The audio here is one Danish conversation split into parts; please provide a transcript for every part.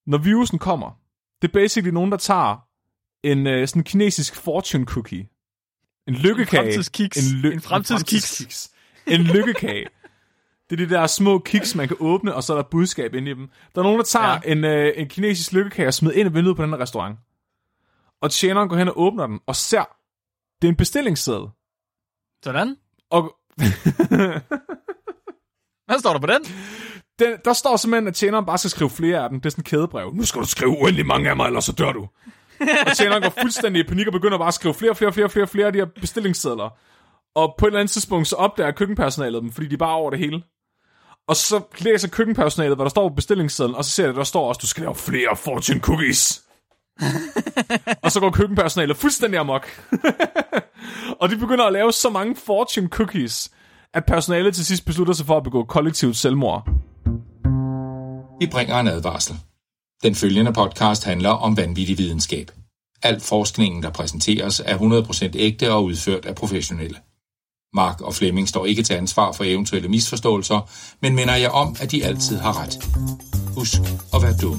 Når virusen kommer, det er basically nogen, der tager en sådan kinesisk fortune cookie. En lykkekage. En fremtidskiks. En lykkekage. Det er de der små kiks, man kan åbne, og så er der budskab inde i dem. Der er nogen, der tager en kinesisk lykkekage og smider ind i vinduet på den her restaurant. Og tjeneren går hen og åbner den, og ser, det er en bestillingsseddel. Sådan. Og hvad står der på den? Der står simpelthen, at tjeneren bare skal skrive flere af dem. Det er sådan et kædebrev. Nu skal du skrive uendelig mange af mig, ellers så dør du. Og tjeneren går fuldstændig i panik og begynder bare at skrive flere af de her bestillingssedler. Og på et eller andet tidspunkt, så opdager køkkenpersonalet dem, fordi de er bare over det hele. Og så læser køkkenpersonalet, hvad der står på bestillingssedlen, og så ser det, der står også, du skal lave flere fortune cookies. Og så går køkkenpersonalet fuldstændig amok. Og de begynder at lave så mange fortune cookies, at personalet til sidst beslutter sig for at begå kollektivt selvmord. Vi bringer en advarsel. Den følgende podcast handler om vanvittig videnskab. Al forskningen, der præsenteres, er 100% ægte og udført af professionelle. Mark og Flemming står ikke til ansvar for eventuelle misforståelser, men minder jer om, at de altid har ret. Husk at være dumme.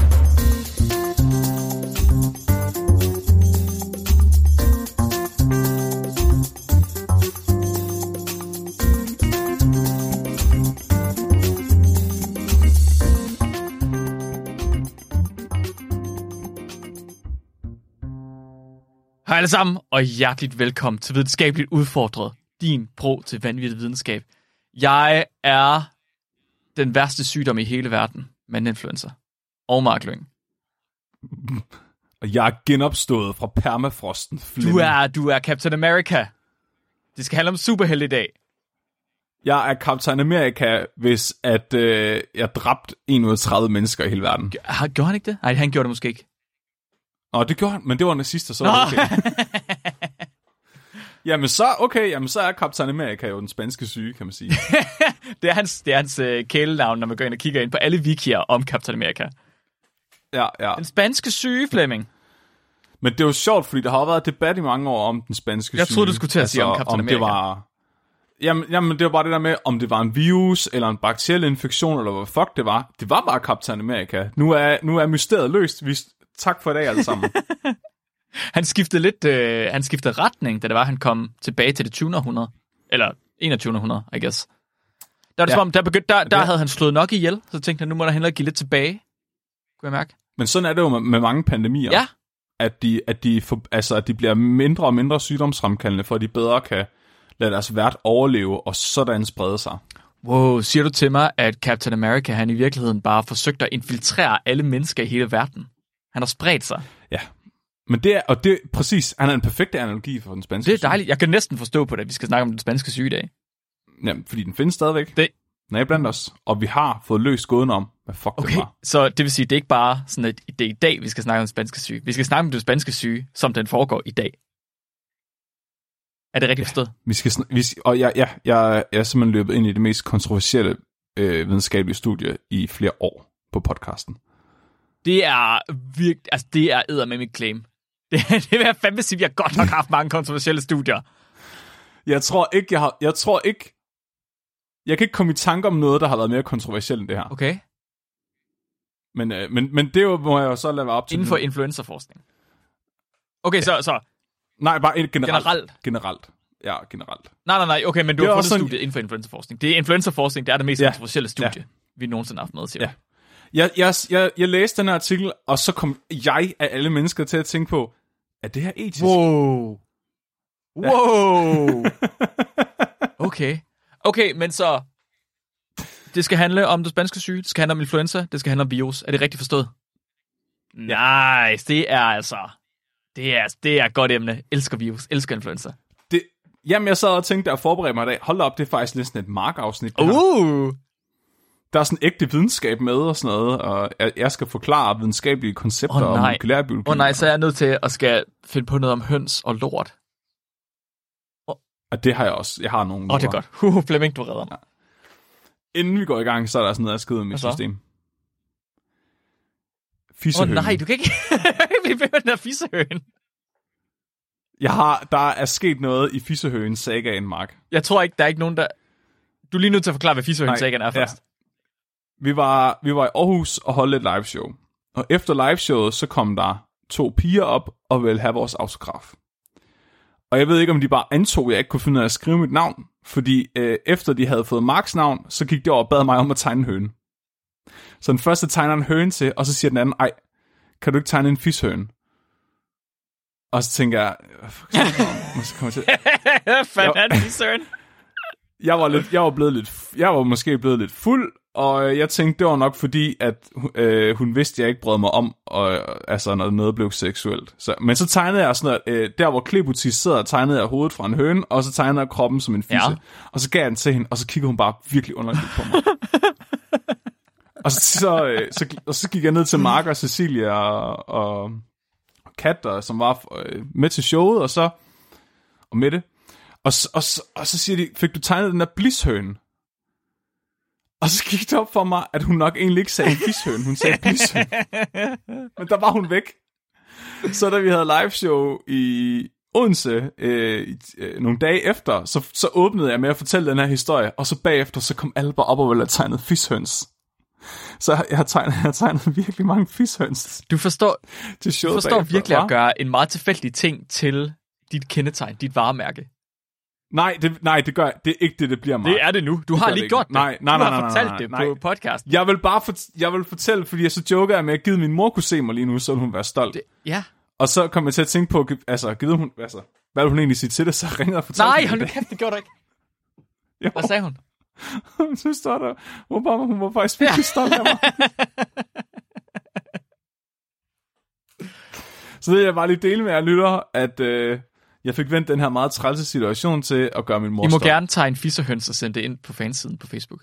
Hej alle sammen, og hjerteligt velkommen til Videnskabeligt Udfordret, din bro til vanvittig videnskab. Jeg er den værste sygdom i hele verden, mandinfluenza. Og Mark Lyng. Og jeg er genopstået fra permafrosten. Du er Captain America. Det skal handle om superhelte i dag. Jeg er Captain America, hvis at jeg dræbte 1 ud af 30 mennesker i hele verden. Gjorde han ikke det? Nej, han gjorde det måske ikke. Det gjorde han, men det var nazister, så var det okay. Jamen så er Captain America jo den spanske syge, kan man sige. det er hans kælenavn, når man går ind og kigger ind på alle wikier om Captain America. Ja. Den spanske syge, Flemming. Men det er jo sjovt, fordi der har været debat i mange år om den spanske syge. Jeg troede, du skulle til at sige om Captain America. Det var... Jamen, det var bare det der med, om det var en virus, eller en bakteriel infektion, eller hvad fuck det var. Det var bare Captain America. Nu er mysteriet løst. Tak for i dag, alle sammen. Han skiftede retning, da det var, han kom tilbage til det 20. århundrede. Eller 21. århundrede, I guess. Der var det som om, der havde han slået nok ihjel, så tænkte han, nu må der hellere give lidt tilbage. Kunne jeg mærke? Men sådan er det jo med mange pandemier. Ja. At de bliver mindre og mindre sygdomsfremkaldende, for at de bedre kan lade deres vært overleve, og sådan sprede sig. Wow, siger du til mig, at Captain America, han i virkeligheden bare forsøgte at infiltrere alle mennesker i hele verden? Han har spredt sig. Ja. Men det er præcis, han er en perfekt analogi for den spanske syge. Det er dejligt. Jeg kan næsten forstå på det, at vi skal snakke om den spanske syge i dag. Jamen, fordi den findes stadigvæk. Den er blandt os, og vi har fået løst gåden om, hvad fuck det var. Så det vil sige, det er ikke bare sådan, at det er i dag, vi skal snakke om den spanske syge. Vi skal snakke om den spanske syge, som den foregår i dag. Er det rigtigt forstået? Jeg er simpelthen løbet ind i det mest kontroversielle videnskabelige studie i flere år på podcasten. Det er virkelig, altså det er eddermed mit claim. Det vil jeg fandme sige, at jeg godt nok har haft mange kontroversielle studier. Jeg kan ikke komme i tanke om noget, der har været mere kontroversielt end det her. Okay. Men det må jeg jo så lade være op til. Inden for influencerforskning. Okay, ja. så. Nej, bare generelt. Generelt. Ja, generelt. Nej, okay, men du har fundet studiet inden for influencerforskning. Det er influencerforskning, det er det mest kontroversielle studie, vi nogensinde har haft med, siger du. Jeg læste den her artikel, og så kom jeg af alle mennesker til at tænke på, er det her etisk? Wow. Okay, men så det skal handle om det spanske syge, det skal handle om influenza, det skal handle om virus. Er det rigtigt forstået? Nice, det er et godt emne. Elsker virus, elsker influenza. Jamen, jeg sad og tænkte at forberede mig i dag. Hold da op, det er faktisk næsten et Mark-afsnit. Der er sådan ægte videnskab med og sådan noget, og jeg skal forklare videnskabelige koncepter om molekylærbiologi. Nej, så er jeg nødt til at skal finde på noget om høns og lort. Og det har jeg også. Jeg har nogle. Det er godt. Flemming, du redder mig. Ja. Inden vi går i gang, så er der sådan noget, jeg skriver i mit system. Fissehøen. Nej, du kan ikke blive ved med den her fissehøen. Der er sket noget i Fissehøen sagaen, Mark. Jeg tror ikke, der er ikke nogen, der... Du er lige nødt til at forklare, hvad Fissehøen sagaen er først. Vi var i Aarhus og holdt et liveshow. Og efter liveshowet, så kom der 2 piger op og ville have vores autograf. Og jeg ved ikke, om de bare antog, at jeg ikke kunne finde ud af at skrive mit navn, fordi efter de havde fået Marks navn, så gik de over og bad mig om at tegne en høne. Så den første tegner en høne til, og så siger den anden, ej, kan du ikke tegne en fishøne? Og så tænker jeg, hvad fanden er det, søren? Jeg var måske blevet lidt fuld, og jeg tænkte, det var nok fordi, at hun vidste, at jeg ikke brød mig om, altså når noget blev seksuelt. Men så tegnede jeg sådan noget, der hvor Klebutis sidder, tegnede jeg hovedet fra en høne, og så tegnede jeg kroppen som en fisse. Ja. Og så gav jeg den til hende, og så kiggede hun bare virkelig underligt på mig. Og så gik jeg ned til Mark og Cecilia og Kat, som var med til showet, og Mette. Og så siger de, fik du tegnet den der blishøne? Og så gik det op for mig, at hun nok egentlig ikke sagde blishøne, hun sagde blishøne. Men der var hun væk. Så da vi havde liveshow i Odense nogle dage efter, så åbnede jeg med at fortælle den her historie, og så bagefter så kom alle bare op og ville have tegnet fishøns. Så jeg har tegnet virkelig mange fishøns. Du forstår virkelig at gøre en meget tilfældig ting til dit kendetegn, dit varemærke. Nej, det gør jeg. Det er ikke det bliver mig. Det er det nu. Du har lige gjort det. Nej, du har fortalt det på podcasten. Jeg vil fortælle, fordi jeg så joker jeg med, at givet min mor kunne se mig lige nu, så ville hun være stolt. Ja. Og så kom jeg til at tænke på, givet hun, hvad ville hun egentlig sige til det, så ringer og fortalte. Nej, hold nu kæft, det gjorde du ikke. Jo. Hvad sagde hun? Så står der, hun var faktisk virkelig stolt af mig. Så det vil jeg bare lige dele med jer lytter, at jeg fik vendt den her meget trælse situation til at gøre min mor stolt. I må gerne tage en fisserhøns og sende det ind på fansiden på Facebook.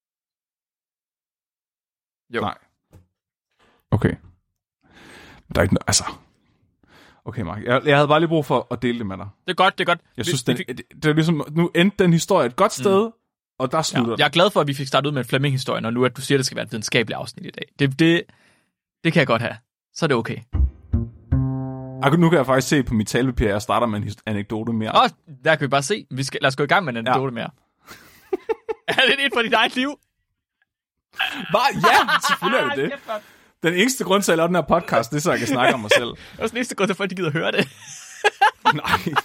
Jo. Nej. Okay. Der er ikke noget, altså. Okay, Mark. Jeg havde bare lige brug for at dele det med dig. Det er godt. Jeg synes, det er ligesom, nu endte den historie et godt sted, og der slutter Jeg er glad for, at vi fik startet ud med en Flemming-historie, og nu at du siger, at det skal være et videnskabeligt afsnit i dag. Det kan jeg godt have. Så er det okay. Nu kan jeg faktisk se på mit talepapir, at jeg starter med en anekdote mere. Der kan vi bare se. Lad os gå i gang med en anekdote mere. Er det et for dit eget liv? Ja, selvfølgelig er det det. Den eneste grund til at lave den her podcast, det er så, jeg kan snakke om mig selv. Det er også den eneste grund til, at folk gider høre det. Nej.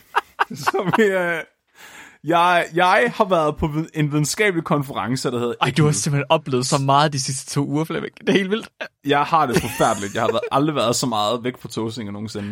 Jeg har været på en videnskabelig konference, der hedder... Du har simpelthen oplevet så meget de sidste 2 uger, Flemming. Det er helt vildt. Jeg har det forfærdeligt. Jeg har aldrig været så meget væk fra Tåsinge nogensinde.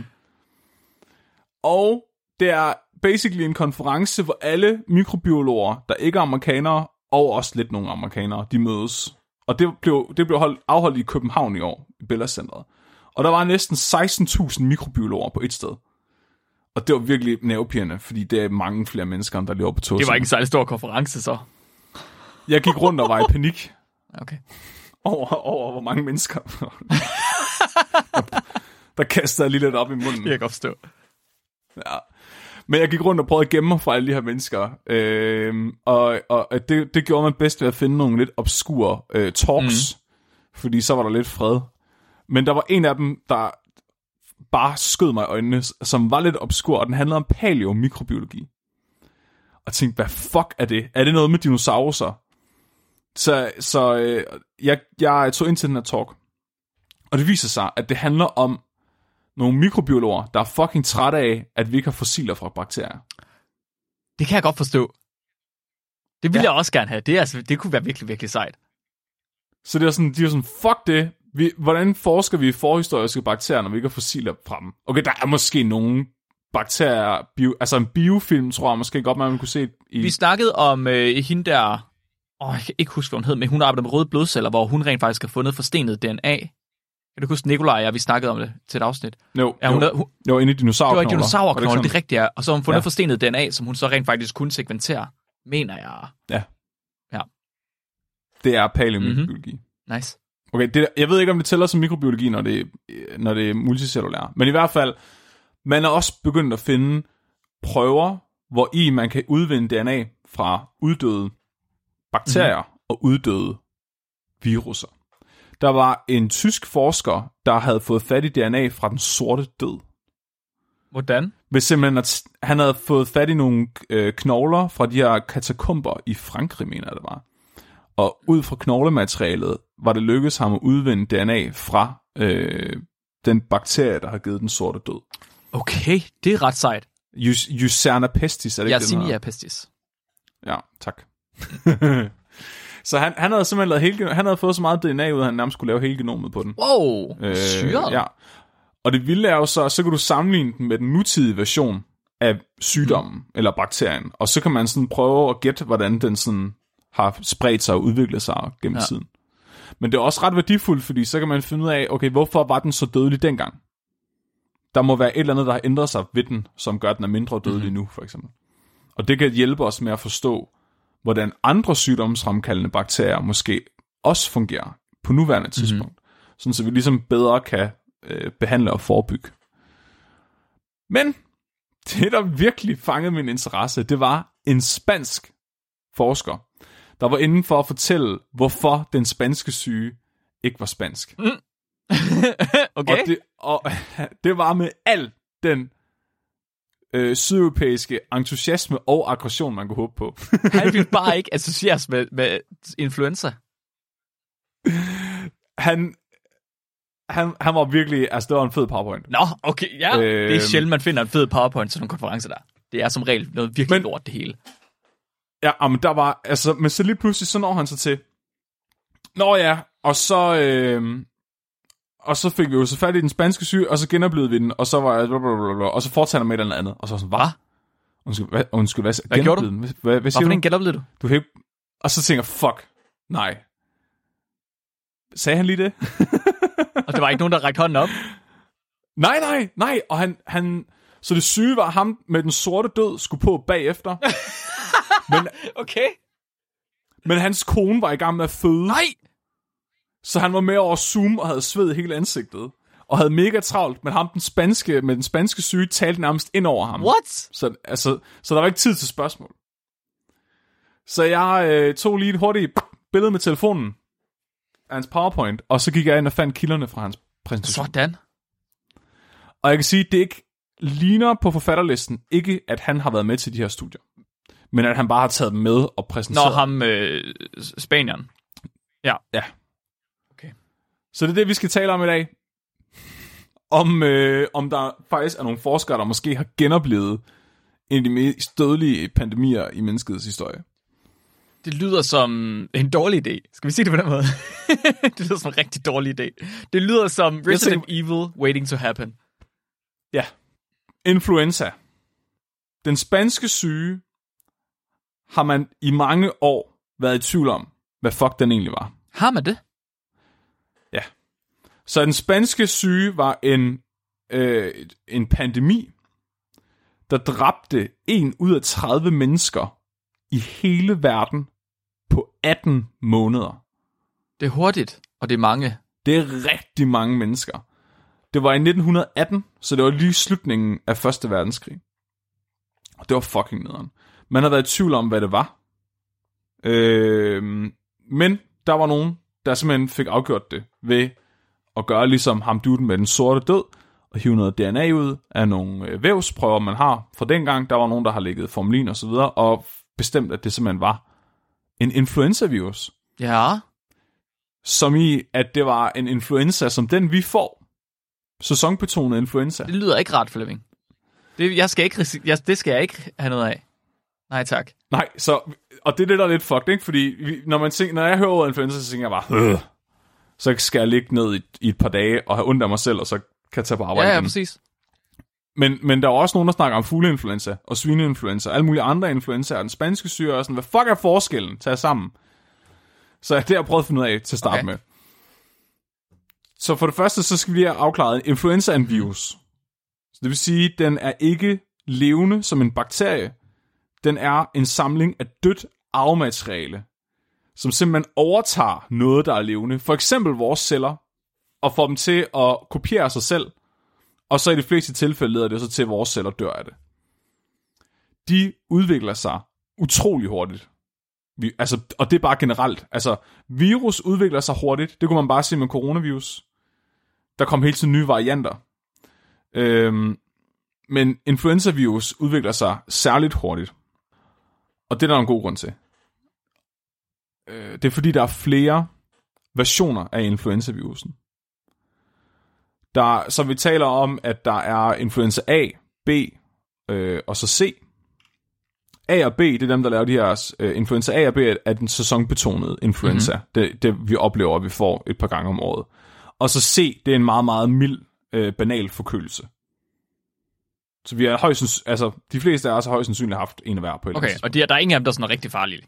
Og det er basically en konference, hvor alle mikrobiologer, der ikke er amerikanere, og også lidt nogle amerikanere, de mødes. Og det blev afholdt i København i år, i Bella Centeret. Og der var næsten 16.000 mikrobiologer på et sted. Og det var virkelig nervepirrende, fordi det er mange flere mennesker, der lever på Tåsinge. Det var ikke en særlig stor konference, så. Jeg gik rundt og var i panik. Okay. Over hvor mange mennesker. der kastede jeg lige lidt op i munden. Jeg kan godt forstå. Ja. Men jeg gik rundt og prøvede at gemme mig fra alle de her mennesker. Og det gjorde man bedst ved at finde nogle lidt obskure talks. Fordi så var der lidt fred. Men der var en af dem, der bare skød mig i øjnene, som var lidt obskur, og den handlede om paleomikrobiologi. Og jeg tænkte, hvad fuck er det? Er det noget med dinosaurer? Så jeg tog ind til den her talk, og det viser sig, at det handler om nogle mikrobiologer, der er fucking trætte af, at vi ikke har fossiler fra bakterier. Det kan jeg godt forstå. Det vil jeg også gerne have. Det kunne være virkelig, virkelig sejt. Så de er sådan, fuck det. Hvordan forsker vi i forhistoriske bakterier, når vi ikke har fossiler fra dem? Okay, der er måske nogle bakterier, altså en biofilm, tror jeg måske godt, man kunne se i... Vi snakkede om hende der... jeg kan ikke huske, hvad hun hed, men hun arbejder med røde blodceller, hvor hun rent faktisk har fundet forstenet DNA. Kan du huske, Nikolaj og jeg, vi snakkede om det til et afsnit? Jo, inde i dinosaurknogler. Det var dinosaurknogler, det er rigtigt, ja. Og så har hun fundet forstenet DNA, som hun så rent faktisk kunne segmentere, mener jeg. Ja. Ja. Det er paleomikrobiologi. Nice. Okay, jeg ved ikke, om det tæller som mikrobiologi, når det er multicellulært. Men i hvert fald, man er også begyndt at finde prøver, hvor i man kan udvinde DNA fra uddøde bakterier og uddøde viruser. Der var en tysk forsker, der havde fået fat i DNA fra den sorte død. Hvordan? Hvis simpelthen, han havde fået fat i nogle knogler fra de her katakomber i Frankrig, mener det var. Og ud fra knoglematerialet var det lykkedes ham at udvinde DNA fra den bakterie, der har givet den sorte død. Okay, det er ret sejt. Yersinia pestis, er det ikke det? Yersinia pestis. Ja, tak. Så han havde simpelthen han havde fået så meget DNA ud, at han nærmest skulle lave hele genomet på den. Wow, syret. Ja. Og det vilde er jo så kan du sammenligne den med den nutidige version af sygdommen, eller bakterien, og så kan man sådan prøve at gætte, hvordan den sådan har spredt sig og udviklet sig gennem tiden. Men det er også ret værdifuldt, fordi så kan man finde ud af, okay, hvorfor var den så dødelig dengang? Der må være et eller andet, der har ændret sig ved den, som gør, at den er mindre dødelig nu, for eksempel. Og det kan hjælpe os med at forstå, hvordan andre sygdomsfremkaldende bakterier måske også fungerer på nuværende tidspunkt. Sådan så vi ligesom bedre kan behandle og forebygge. Men det, der virkelig fangede min interesse, det var en spansk forsker, der var inde for at fortælle, hvorfor den spanske syge ikke var spansk. Okay. Og det var med al den sydeuropæiske entusiasme og aggression, man kunne håbe på. Han ville bare ikke associeres med influenza. Han var virkelig, altså det var en fed PowerPoint. Nå, okay, ja. Det er sjældent, man finder en fed PowerPoint til nogle konferencer der. Det er som regel noget virkelig lort, det hele. Ja, men der var, altså, men så lige pludselig, så når han så til. Nå ja, og så fik vi jo så fat i den spanske syge, og så genoplevede vi den, og så var og så fortsatte han med et eller andet. Og så sådan, hvad? Undskyld, hvad gjorde du? Hvad siger Hvorfor den genoplevede du? Og så tænker jeg, fuck, nej. Sagde han lige det? Og der var ikke nogen, der rækte hånden op? Nej, og han så det syge var ham med den sorte død skulle på bagefter. Men, okay. Men hans kone var i gang med at føde. Nej! Så han var med over Zoom og havde sved hele ansigtet. Og havde mega travlt, men ham med den spanske syge talte nærmest ind over ham. What? Så der var ikke tid til spørgsmål. Så jeg tog lige et hurtigt billede med telefonen af hans PowerPoint, og så gik jeg ind og fandt kilderne fra hans præsentation. Sådan. Og jeg kan sige, at det ikke ligner på forfatterlisten, ikke at han har været med til de her studier, men at han bare har taget dem med og præsenteret. Nå, ham spanieren. Ja. Okay. Så det er det, vi skal tale om i dag. Om der faktisk er nogle forskere, der måske har genoplevet en af de mest dødelige pandemier i menneskets historie. Det lyder som en dårlig idé. Skal vi sige det på den måde? Det lyder som en rigtig dårlig idé. Det lyder som Resident Evil waiting to happen. Ja. Influenza. Den spanske syge har man i mange år været i tvivl om, hvad fuck den egentlig var. Har man det? Ja. Så den spanske syge var en pandemi, der dræbte 1 ud af 30 mennesker i hele verden på 18 måneder. Det er hurtigt, og det er mange. Det er rigtig mange mennesker. Det var i 1918, så det var lige slutningen af 1. verdenskrig. Og det var fucking nederen. Man har været i tvivl om, hvad det var. Men der var nogen, der simpelthen fik afgjort det ved at gøre ligesom ham duden med den sorte død, og hive noget DNA ud af nogle vævsprøver, man har fra dengang. Der var nogen, der har ligget formalin og så videre, og bestemt, at det simpelthen var en influenza-virus. Ja. Som i, at det var en influenza, som den vi får. Sæsonbetonet influenza. Det lyder ikke ret, Flemming. Det skal jeg ikke have noget af. Nej, tak. Nej, og det er det, der er lidt fucked, ikke? Fordi når jeg hører ordet influenza, så tænker jeg bare, så skal jeg ligge ned i et par dage og have ondt af mig selv, og så kan jeg tage på arbejde. Ja, præcis. Men der er også nogen, der snakker om fugleinfluenza og svineinfluenza, alle mulige andre influenzaer, den spanske syge og sådan, hvad fuck er forskellen? Tag sammen. Så det har jeg prøvet at finde ud af til at starte med. Så for det første, så skal vi lige have afklaret, influenza er en virus. Så det vil sige, den er ikke levende som en bakterie. Den er en samling af dødt arvemateriale, som simpelthen overtager noget, der er levende. For eksempel vores celler, og får dem til at kopiere sig selv. Og så i de fleste tilfælde leder det så til, at vores celler dør af det. De udvikler sig utrolig hurtigt. Og det er bare generelt. Altså, virus udvikler sig hurtigt. Det kunne man bare se med coronavirus. Der kom helt til nye varianter. Men influenzavirus udvikler sig særligt hurtigt. Og det er der en god grund til. Det er fordi, der er flere versioner af influenzavirusen. Så vi taler om, at der er influenza A, B og så C. A og B, det er dem, der laver de her influenza A og B, er den sæsonbetonede influenza. Det vi oplever, at vi får et par gange om året. Og så C, det er en meget, meget mild, banal forkølelse. Så vi har de fleste af os har højst sandsynligt haft en af hver på et eller andet. Okay, og der er ingen af dem, der er sådan rigtig farlige?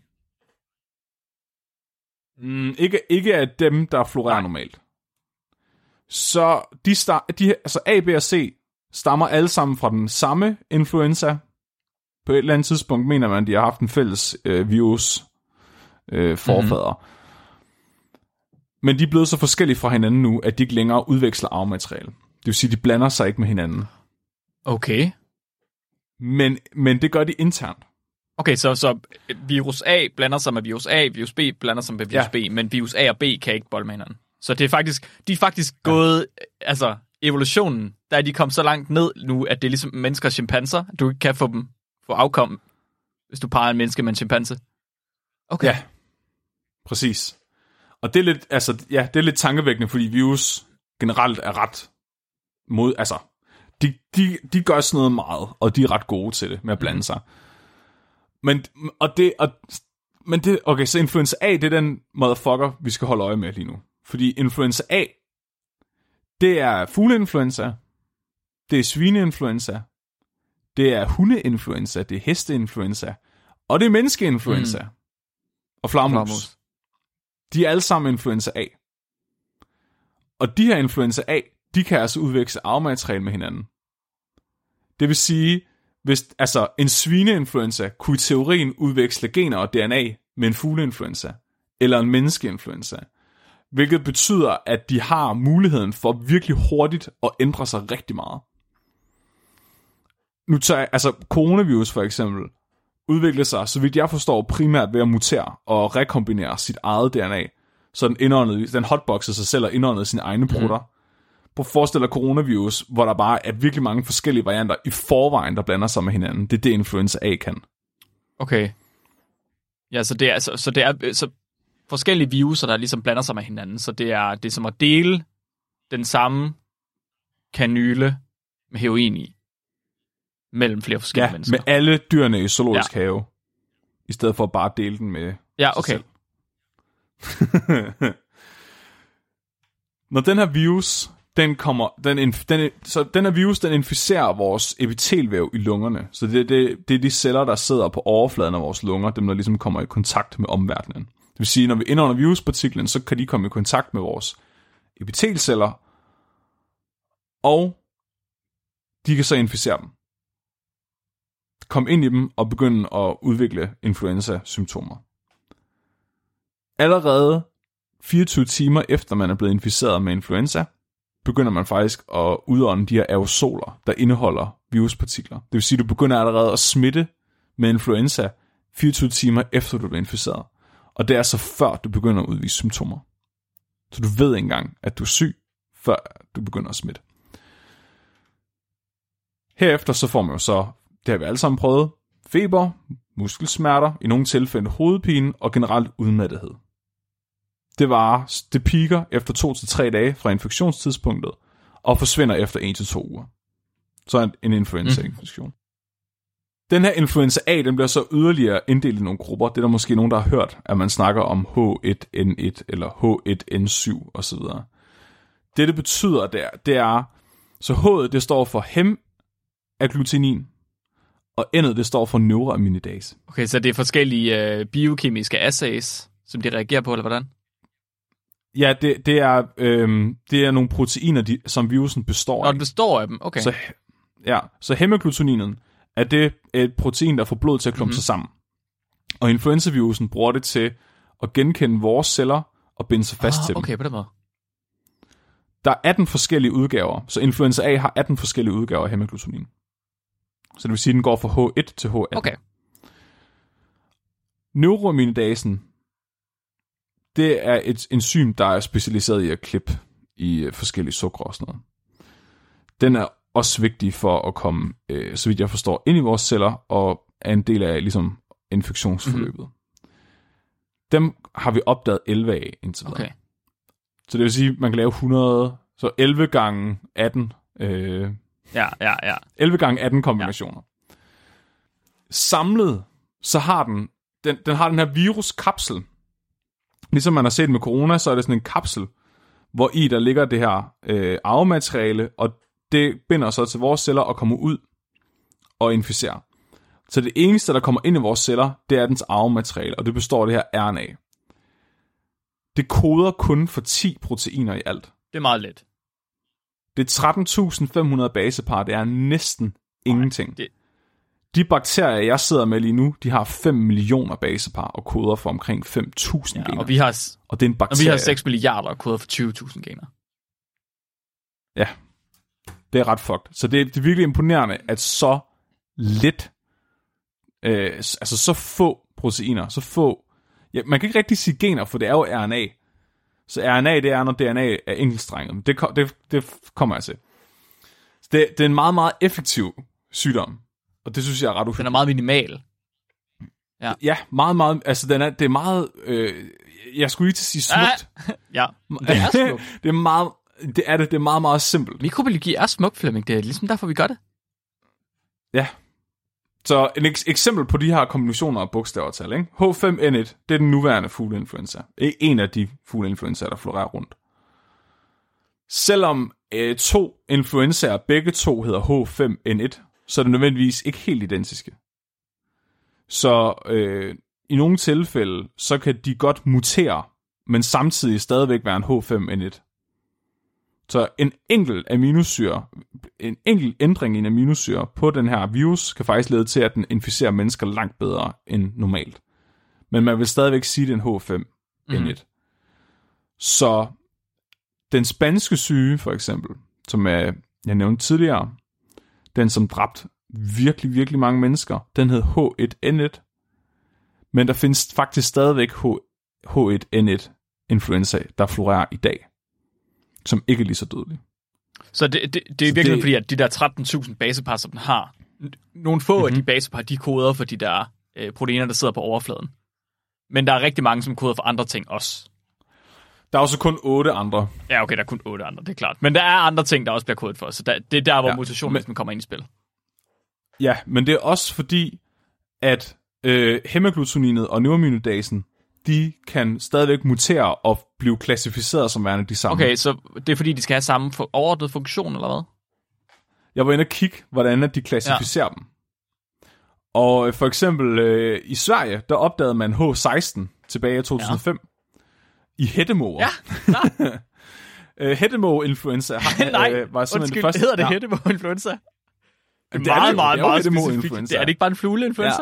Ikke af dem, der florerer normalt. Så A, B og C stammer alle sammen fra den samme influenza. På et eller andet tidspunkt mener man, at de har haft en fælles virus forfader. Men de er blevet så forskellige fra hinanden nu, at de ikke længere udveksler arvemateriale. Det vil sige, at de blander sig ikke med hinanden. Okay. Men det gør de internt. Okay, så virus A blander sig med virus A, virus B blander sig med virus B, men virus A og B kan ikke bolde med hinanden. Så de er faktisk gået, altså evolutionen, der er de kommet så langt ned nu, at det er ligesom mennesker og chimpanser. Du kan få afkom, hvis du parer en menneske med en chimpanse. Okay. Ja, præcis. Og det er lidt, det er lidt tankevækkende, fordi virus generelt er ret mod, de gør sådan noget meget, og de er ret gode til det med at blande sig. Okay, så influenza A, det er den motherfucker, vi skal holde øje med lige nu. Fordi influenza A, det er fugleinfluenza, det er svineinfluenza, det er hundeinfluenza, det er hesteinfluenza, og det er menneskeinfluenza. Og flagermus. De er alle sammen influenza A. Og de her influenza A, de kan altså udveksle arvemateriale med hinanden. Det vil sige, hvis en svineinfluenza kunne i teorien udveksle gener og DNA med en fugleinfluenza, eller en menneskeinfluenza, hvilket betyder, at de har muligheden for virkelig hurtigt at ændre sig rigtig meget. Nu tager coronavirus for eksempel, udvikler sig, så vidt jeg forstår, primært ved at mutere og rekombinere sit eget DNA, så den hotboxer sig selv og indåndede sine egne prutter. Prøv at forestille dig coronavirus, hvor der bare er virkelig mange forskellige varianter i forvejen, der blander sig med hinanden. Det er det, influenza A kan. Okay. Ja, så det er så forskellige viruser, der ligesom blander sig med hinanden. Så det er som at dele den samme kanyle med heroin i mellem flere forskellige mennesker. Med alle dyrene i zoologisk have. I stedet for at bare dele den med okay. Når den her virus, den her virus, den inficerer vores epitelvæv i lungerne. Så det er de celler, der sidder på overfladen af vores lunger, dem der ligesom kommer i kontakt med omverdenen. Det vil sige, når vi indånder viruspartiklen, så kan de komme i kontakt med vores epitelceller, og de kan så inficere dem. Komme ind i dem og begynde at udvikle influenza-symptomer. Allerede 24 timer efter man er blevet inficeret med influenza, begynder man faktisk at udånde de her aerosoler, der indeholder viruspartikler. Det vil sige, at du begynder allerede at smitte med influenza 24 timer efter du bliver inficeret. Og det er så før du begynder at udvise symptomer. Så du ved ikke engang, at du er syg, før du begynder at smitte. Herefter så får man jo så, det har vi alle sammen prøvet, feber, muskelsmerter, i nogle tilfælde hovedpine og generelt udmattethed. Det piker efter 2 til 3 dage fra infektionstidspunktet, og forsvinder efter 1 til 2 uger. Så en influenza-infektion. Den her influenza A, den bliver så yderligere inddelt i nogle grupper. Det er der måske nogen, der har hørt, at man snakker om H1N1 eller H1N7 osv. Det betyder, det er, så H'et, det står for hemagglutenin, og N'et, det står for neuroaminidase. Okay, så det er forskellige biokemiske assays, som de reagerer på, eller hvordan? Ja, det er nogle proteiner, som virusen består af. Nå, det består af dem, okay. Så hemagglutinin er det et protein, der får blodet til at klumpe sig sammen. Og influenzavirusen bruger det til at genkende vores celler og binde sig fast til dem. Okay, på den måde. Der er 18 forskellige udgaver, så influenza A har 18 forskellige udgaver af hemagglutinin. Så det vil sige, at den går fra H1 til H18. Okay. Neuroaminidasen, det er et enzym, der er specialiseret i at klippe i forskellige sukker og sådan noget. Den er også vigtig for at komme, så vidt jeg forstår, ind i vores celler og er en del af ligesom infektionsforløbet. Dem har vi opdaget 11 af indtil videre. Okay. Så det vil sige, at man kan lave 100 Så 11 gange 18. 11 gange 18 kombinationer. Ja. Samlet, så har den har den her viruskapsel. Ligesom man har set med corona, så er det sådan en kapsel, hvor i der ligger det her arvemateriale, og det binder så til vores celler og kommer ud og inficerer. Så det eneste, der kommer ind i vores celler, det er dens arvemateriale, og det består af det her RNA. Det koder kun for 10 proteiner i alt. Det er meget let. Det er 13.500 basepar, det er næsten ingenting. De bakterier, jeg sidder med lige nu, de har 5 millioner basepar og koder for omkring 5.000 gener. Og det er en bakterie. Og vi har 6 milliarder og koder for 20.000 gener. Ja, det er ret fucked. Så det er virkelig imponerende, at så lidt, altså så få proteiner, så få, ja, man kan ikke rigtig sige gener, for det er jo RNA. Så RNA, det er, når DNA er enkeltstrenget. Det kommer jeg til. Det er en meget, meget effektiv sygdom. Og det synes jeg er ret ufærdigt. Den er meget minimal. Ja, meget, meget. Altså, det er meget... jeg skulle lige til at sige smukt. Ja, det er smukt. Det er meget, meget simpelt. Mikrobiologi er smukt, Flemming. Det er ligesom derfor, vi gør det. Ja. Så et eksempel på de her kombinationer af bogstaver og tal, ikke? H5N1, det er den nuværende fugleinfluenza. En af de fugleinfluenzaer, der florerer rundt. Selvom 2 influenzaer, begge to hedder H5N1, så er det nødvendigvis ikke helt identiske. Så i nogle tilfælde, så kan de godt mutere, men samtidig stadigvæk være en H5N1. Så en enkelt ændring i en aminosyre på den her virus, kan faktisk lede til, at den inficerer mennesker langt bedre end normalt. Men man vil stadigvæk sige, at det er en H5N1. Så den spanske syge, for eksempel, som jeg nævnte tidligere, den som dræbte virkelig, virkelig mange mennesker, den hed H1N1. Men der findes faktisk stadigvæk H1N1 influenza, der florerer i dag, som ikke er lige så dødelig. Så det er virkelig fordi, at de der 13.000 basepar, som den har, nogle få af de basepar, de koder for de der proteiner, der sidder på overfladen. Men der er rigtig mange, som koder for andre ting også. Der er også kun 8 andre. Ja, okay, der er kun 8 andre, det er klart. Men der er andre ting, der også bliver kodet for, så det er der, hvor mutationen kommer ind i spil. Ja, men det er også fordi, at hemaglutininet og neuraminidase, de kan stadigvæk mutere og blive klassificeret som værende de samme. Okay, så det er fordi, de skal have samme overordnet funktion, eller hvad? Jeg var inde og kigge, hvordan de klassificerer dem. Og for eksempel i Sverige, der opdagede man H16 tilbage i 2005 i hættemåger. Ja, hættemåge-influenza var simpelthen det første. Hedder det hættemåge-influenza? Det er meget specifikt. Er det ikke bare en fugleinfluenza? Ja.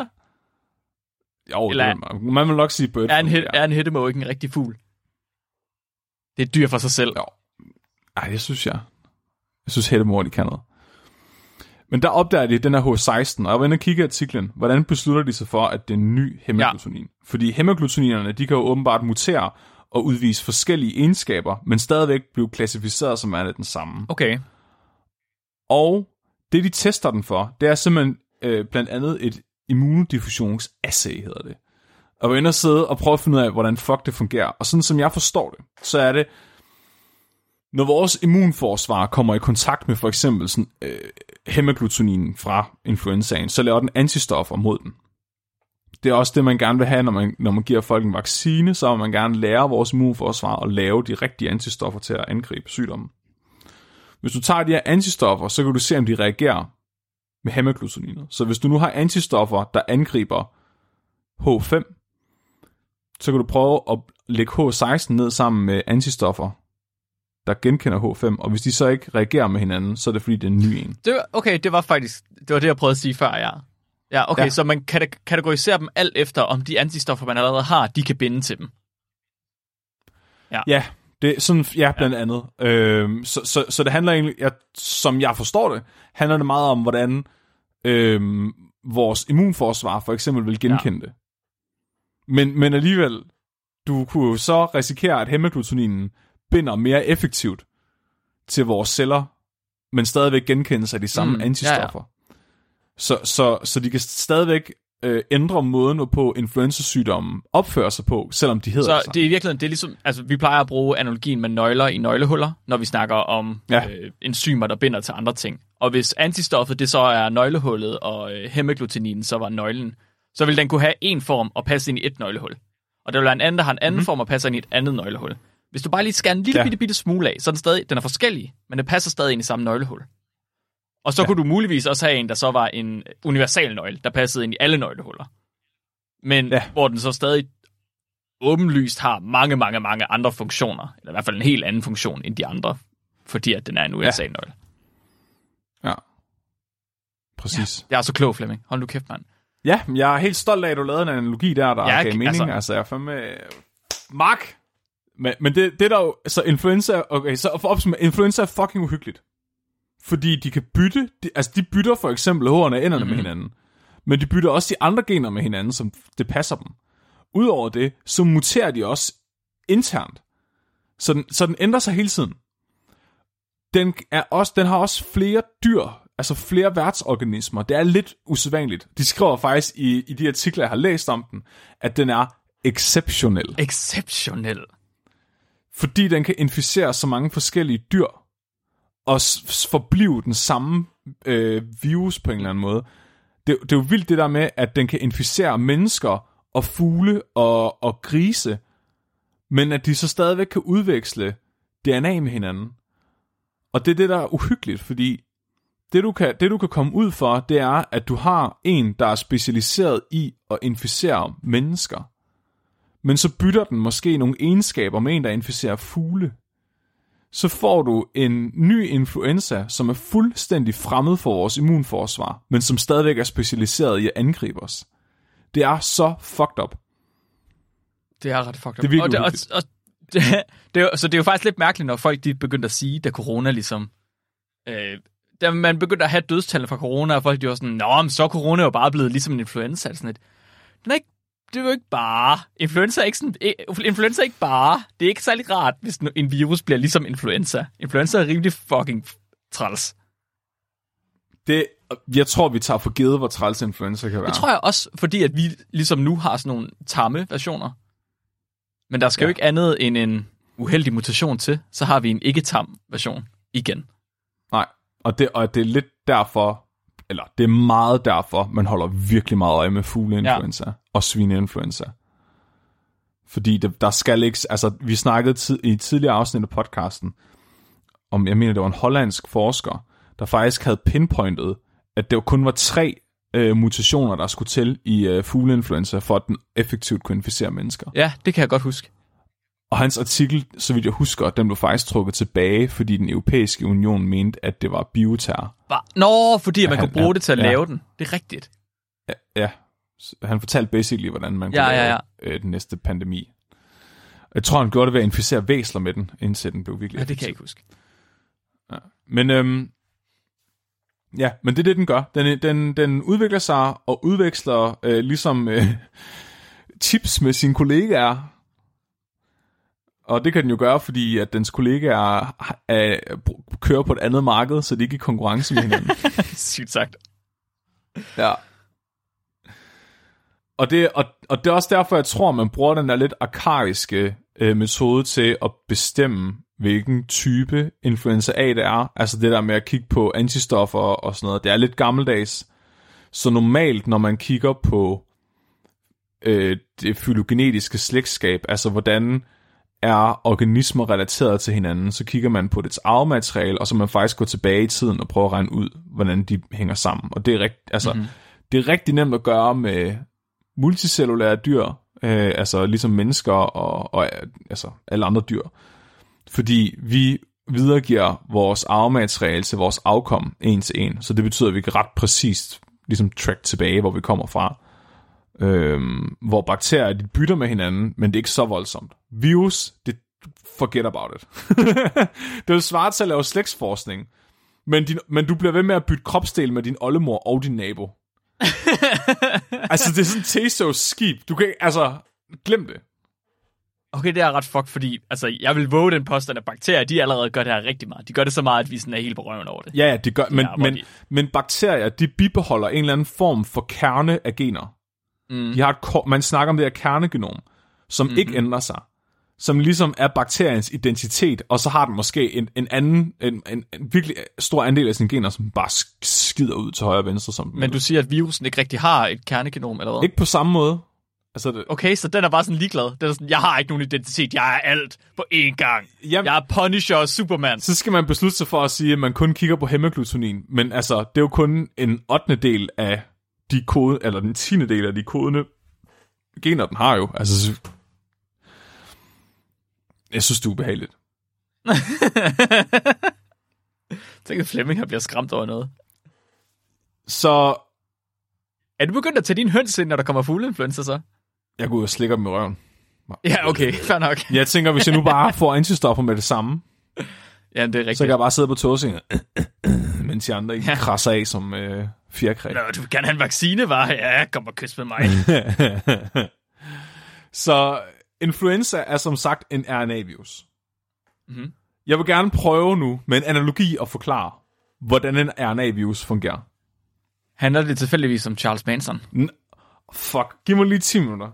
Jo, man vil nok sige bird. Er en hættemåge ikke en rigtig fugl? Det er et dyr for sig selv. Jo. Ej, det synes jeg. Jeg synes hættemåger, de kan noget. Men der opdager de den her H16, og jeg var inde og kigge i artiklen, hvordan beslutter de sig for, at det er en ny hemaglutinin? Ja. Fordi hemagglutininerne, de kan jo åbenbart mutere og udvise forskellige egenskaber, men stadigvæk blive klassificeret som er den samme. Okay. Og det, de tester den for, det er simpelthen blandt andet et immunodiffusionsassay, hedder det. Og jeg var inde og sidde og prøve at finde ud af, hvordan fuck det fungerer. Og sådan som jeg forstår det, så er det, når vores immunforsvar kommer i kontakt med for eksempel sådan, hemagglutinin fra influenzaen, så laver den antistoffer mod den. Det er også det, man gerne vil have, når man giver folk en vaccine, så vil man gerne lære vores immunforsvar at lave de rigtige antistoffer til at angribe sygdommen. Hvis du tager de her antistoffer, så kan du se, om de reagerer med hemaglutininet. Så hvis du nu har antistoffer, der angriber H5, så kan du prøve at lægge H16 ned sammen med antistoffer, der genkender H5, og hvis de så ikke reagerer med hinanden, så er det fordi, det er en ny en. Det var det, jeg prøvede at sige før, ja. Ja, okay, ja. Så man kan kategorisere dem alt efter, om de antistoffer, man allerede har, de kan binde til dem. Ja, det er sådan, blandt andet. Så det handler egentlig, som jeg forstår det, handler det meget om, hvordan vores immunforsvar for eksempel vil genkende det. Men alligevel, du kunne så risikere, at hemagglutinin binder mere effektivt til vores celler, men stadigvæk genkende sig de samme antistoffer. Ja. Så de kan stadigvæk ændrer måden, hvorpå influenza-sygdommen opfører sig på, selvom de hedder så det er i virkeligheden, det er ligesom, altså vi plejer at bruge analogien med nøgler i nøglehuller, når vi snakker om enzymer, der binder til andre ting. Og hvis antistoffet, det så er nøglehullet, og hemagglutinin så var nøglen, så vil den kunne have en form og passe ind i et nøglehul. Og der vil være en anden, der har en anden form og passer ind i et andet nøglehul. Hvis du bare lige skærer en lille bitte smule af, så er den er forskellig, men den passer stadig ind i samme nøglehul. Og så kunne du muligvis også have en, der så var en universal nøgle, der passede ind i alle nøglehuller. Men hvor den så stadig åbenlyst har mange andre funktioner, eller i hvert fald en helt anden funktion end de andre, fordi at den er en universal nøgle. Ja. Præcis. Ja, jeg er så klog, Flemming. Hold nu kæft, mand. Ja, jeg er helt stolt af, at du lavede en analogi der gav mening. Altså, jeg er fandme... Mark! Men det der jo... Så influenza... Okay, så for opsummere, influenza er fucking uhyggeligt. Fordi de kan bytte... De bytter for eksempel hårene og enderne med hinanden. Men de bytter også de andre gener med hinanden, som det passer dem. Udover det, så muterer de også internt. Så den ændrer sig hele tiden. Den har også flere dyr, altså flere værtsorganismer. Det er lidt usædvanligt. De skriver faktisk i de artikler, jeg har læst om den, at den er exceptionel. Exceptionel. Fordi den kan inficere så mange forskellige dyr, og forblive den samme virus på en eller anden måde. Det er jo vildt det der med, at den kan inficere mennesker og fugle og grise, men at de så stadigvæk kan udveksle DNA med hinanden. Og det er det, der er uhyggeligt, fordi det du kan komme ud for, det er, at du har en, der er specialiseret i at inficere mennesker. Men så bytter den måske nogle egenskaber med en, der inficerer fugle. Så får du en ny influenza, som er fuldstændig fremmed for vores immunforsvar, men som stadigvæk er specialiseret i at angribe os. Det er så fucked up. Det er ret fucked up. Det er virkelig så det er jo faktisk lidt mærkeligt, når folk de begyndte at sige, da corona ligesom... da man begyndte at have dødstallene fra corona, og folk de var sådan, nå, men så er corona jo bare blevet ligesom en influenza. Sådan et. Det er jo ikke bare. Influenza er ikke bare. Det er ikke særlig rart, hvis en virus bliver ligesom influenza. Influenza er rimelig fucking træls. Jeg tror, vi tager for givet, hvor træls influenza kan være. Det tror jeg også, fordi at vi ligesom nu har sådan nogle tamme versioner. Men der skal jo ikke andet end en uheldig mutation til, så har vi en ikke-tam version igen. Nej, og det er lidt derfor, eller det er meget derfor, man holder virkelig meget øje med fugleinfluenza og svineinfluenza. Fordi der skal ikke, altså vi snakkede i et tidligere afsnit af podcasten, om jeg mener, det var en hollandsk forsker, der faktisk havde pinpointet, at det kun var 3 mutationer, der skulle til i fugleinfluenza, for at den effektivt kunne inficere mennesker. Ja, det kan jeg godt huske. Og hans artikel, så vidt jeg husker, den blev faktisk trukket tilbage, fordi den europæiske union mente, at det var bioterror. Nå, fordi man kunne bruge det til at lave den. Det er rigtigt. Ja. Han fortalte basically, hvordan man kunne lave den næste pandemi. Jeg tror, han gjorde det ved at inficere væsler med den, indtil den blev virkelig effektiv. Det kan jeg ikke huske. Ja. Men det er det, den gør. Den udvikler sig og udveksler ligesom tips med sine kollegaer. Og det kan den jo gøre, fordi at dens kollegaer kører på et andet marked, så de ikke er i konkurrence med hinanden. Sygt sagt. Ja. Og det er også derfor, jeg tror, man bruger den der lidt arkaiske metode til at bestemme, hvilken type influenza A det er. Altså det der med at kigge på antistoffer og sådan noget. Det er lidt gammeldags. Så normalt, når man kigger på det fylogenetiske slægtskab, altså hvordan er organismer relateret til hinanden, så kigger man på dets arvemateriale, og så man faktisk går tilbage i tiden og prøver at regne ud, hvordan de hænger sammen. Og det er det er rigtig nemt at gøre med multicellulære dyr, altså ligesom mennesker og altså alle andre dyr. Fordi vi videregiver vores arvemateriale til vores afkom en til en, så det betyder, at vi kan ret præcist ligesom track tilbage, hvor vi kommer fra. Hvor bakterier, de bytter med hinanden, men det er ikke så voldsomt. Virus, det forget about it. Det vil svare til at lave slægtsforskning, men du bliver ved med at bytte kropsdel med din oldemor og din nabo. Altså, det er sådan Tesos skib. Du kan ikke, altså, glem det. Okay, det er ret fuck, fordi altså, jeg vil våge den påstand, at bakterier, de allerede gør det her rigtig meget. De gør det så meget, at vi sådan er helt på røven over det. Ja, de gør, men bakterier, de bibeholder en eller anden form for kerne af gener. De har man snakker om det her kernegenom, som ikke ændrer sig. Som ligesom er bakteriens identitet, og så har den måske en anden, en virkelig stor andel af sine gener, som bare skider ud til højre og venstre. Som Men du siger, at virusen ikke rigtig har et kernegenom, eller hvad? Ikke på samme måde. Altså Okay, så den er bare sådan ligeglad. Den er sådan, jeg har ikke nogen identitet, jeg er alt på én gang. Jamen, jeg er Punisher og Superman. Så skal man beslutte sig for at sige, at man kun kigger på hemagglutinin. Men altså, det er jo kun en 8. del af de kode, eller den 10. del af de kodende gener, den har jo. Altså, jeg synes, det er ubehageligt. Tænk, at Flemming bliver skræmt over noget. Så er du begyndt at tage din høns ind, når der kommer fugleinfluenza så? jeg går ud og slikker dem i røven. Ja, okay, fair nok. Jeg tænker, hvis jeg nu bare får antistoffer med det samme, Ja, det er rigtigt. så kan jeg bare sidde på tåsengen, mens de andre ikke krasser af som fjerkræ. Nå, du vil gerne have en vaccine, var? Ja, kom og kys med mig. Så influenza er som sagt en RNA-virus. Mm-hmm. Jeg vil gerne prøve nu med en analogi at forklare, hvordan en RNA-virus fungerer. Handler det tilfældigvis om Charles Manson? Fuck, giv mig lige 10 minutter.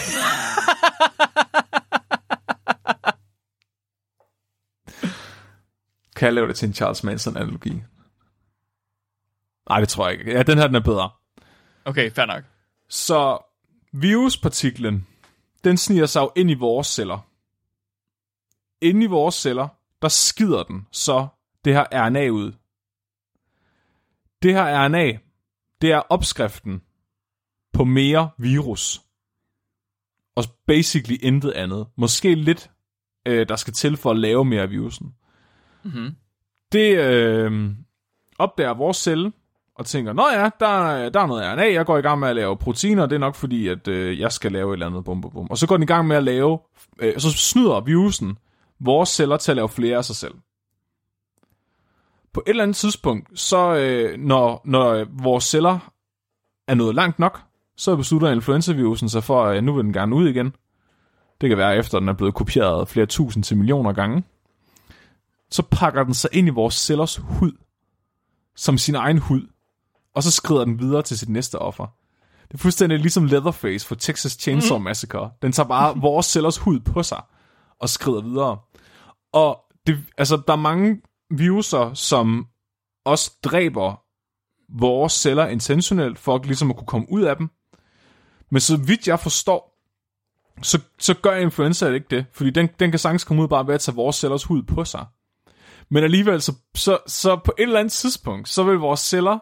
Kan jeg lave det til en Charles Manson-analogi? Nej, det tror jeg ikke. Ja, den her den er bedre. Okay, fair nok. Så viruspartiklen, den sniger sig jo ind i vores celler. Inde i vores celler, der skider den så det her RNA ud. Det her RNA, det er opskriften på mere virus. Og basically intet andet. Måske lidt, der skal til for at lave mere virusen. Mm-hmm. Det opdager vores celle og tænker, nå ja, der er noget RNA, jeg går i gang med at lave proteiner, det er nok fordi, at jeg skal lave et eller andet, bum, bum, bum. Og så går den i gang med at lave, så snyder virusen vores celler til at lave flere af sig selv. På et eller andet tidspunkt, så når vores celler er nået langt nok, så beslutter influenzavirusen sig for, at nu vil den gerne ud igen. Det kan være efter, den er blevet kopieret flere tusind til millioner gange. Så pakker den sig ind i vores cellers hud, som sin egen hud, og så skrider den videre til sit næste offer. Det er fuldstændig ligesom Leatherface for Texas Chainsaw Massacre. Den tager bare vores cellers hud på sig, og skrider videre. Og der er mange viruser, som også dræber vores celler intentionelt, for ligesom at kunne komme ud af dem. Men så vidt jeg forstår, så gør influenza ikke det, fordi den kan sagtens komme ud bare ved at tage vores cellers hud på sig. Men alligevel, så på et eller andet tidspunkt, så vil vores celler,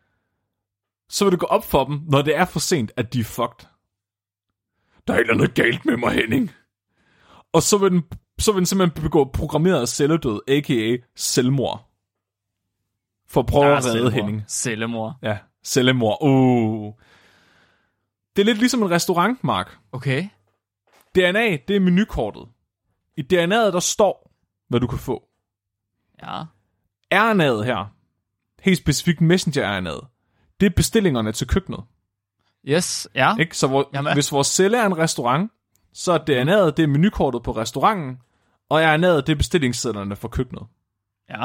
så vil det gå op for dem, når det er for sent, at de er fucked. Der er et eller andet galt med mig, Henning. Og så vil den simpelthen begå programmeret celledød, a.k.a. selvmord. For at prøve at redde Henning. Cellemord. Ja, cellemord. Det er lidt ligesom en restaurant, Mark. Okay. DNA, det er menukortet. I DNA'et, der står, hvad du kan få. Ja. RNA'et her, helt specifikt messenger-RNA'et, det er bestillingerne til køkkenet. Yes, ja. Ikke? Så hvis vores celle er en restaurant, så er DNA'et, det er menukortet på restauranten, og RNA'et, det er bestillingssedlerne for køkkenet. Ja.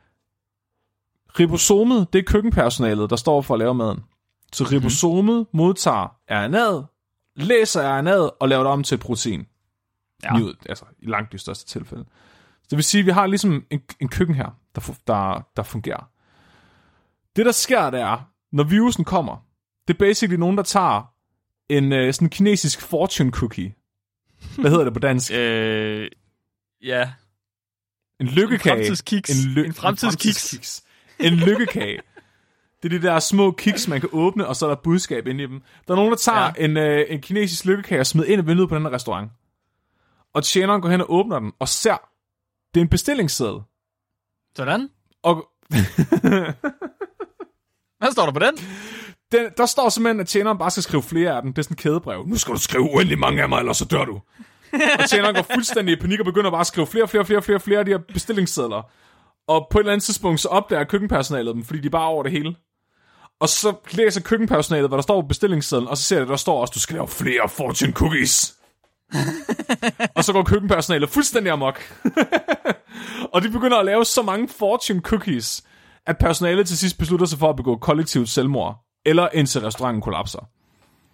Ribosomet, det er køkkenpersonalet, der står for at lave maden. Så ribosomet modtager RNA'et, læser RNA'et og laver det om til et protein. Ja. I langt de største tilfælde. Så det vil sige, at vi har ligesom en køkken her, der fungerer. Det, der sker, det er, når virusen kommer, det er basically nogen, der tager en sådan kinesisk fortune cookie. Hvad hedder det på dansk? Ja. En lykkekage. En fremtidskiks. En fremtidskiks. En lykkekage. Det er de der små kiks, man kan åbne, og så er der budskab inde i dem. Der er nogen, der tager en kinesisk lykkekage og smider ind i vinduet på den her restaurant. Og tjeneren går hen og åbner den, og ser, det er en bestillingsseddel. Sådan. Og hvad står der på den? Der står simpelthen, at tjeneren bare skal skrive flere af dem. Det er sådan et kædebrev. Nu skal du skrive uendelig mange af mig, ellers så dør du. Og tjeneren går fuldstændig i panik og begynder bare at skrive flere af de her bestillingssedler. Og på et eller andet tidspunkt, så opdager køkkenpersonalet dem, fordi de er bare over det hele. Og så læser køkkenpersonalet, hvad der står på bestillingssedlen, og så ser det, der står også, du skal lave flere fortune cookies. Og så går køkkenpersonalet fuldstændig amok. Og de begynder at lave så mange fortune cookies, at personalet til sidst beslutter sig for at begå kollektivt selvmord, eller indtil restauranten kollapser.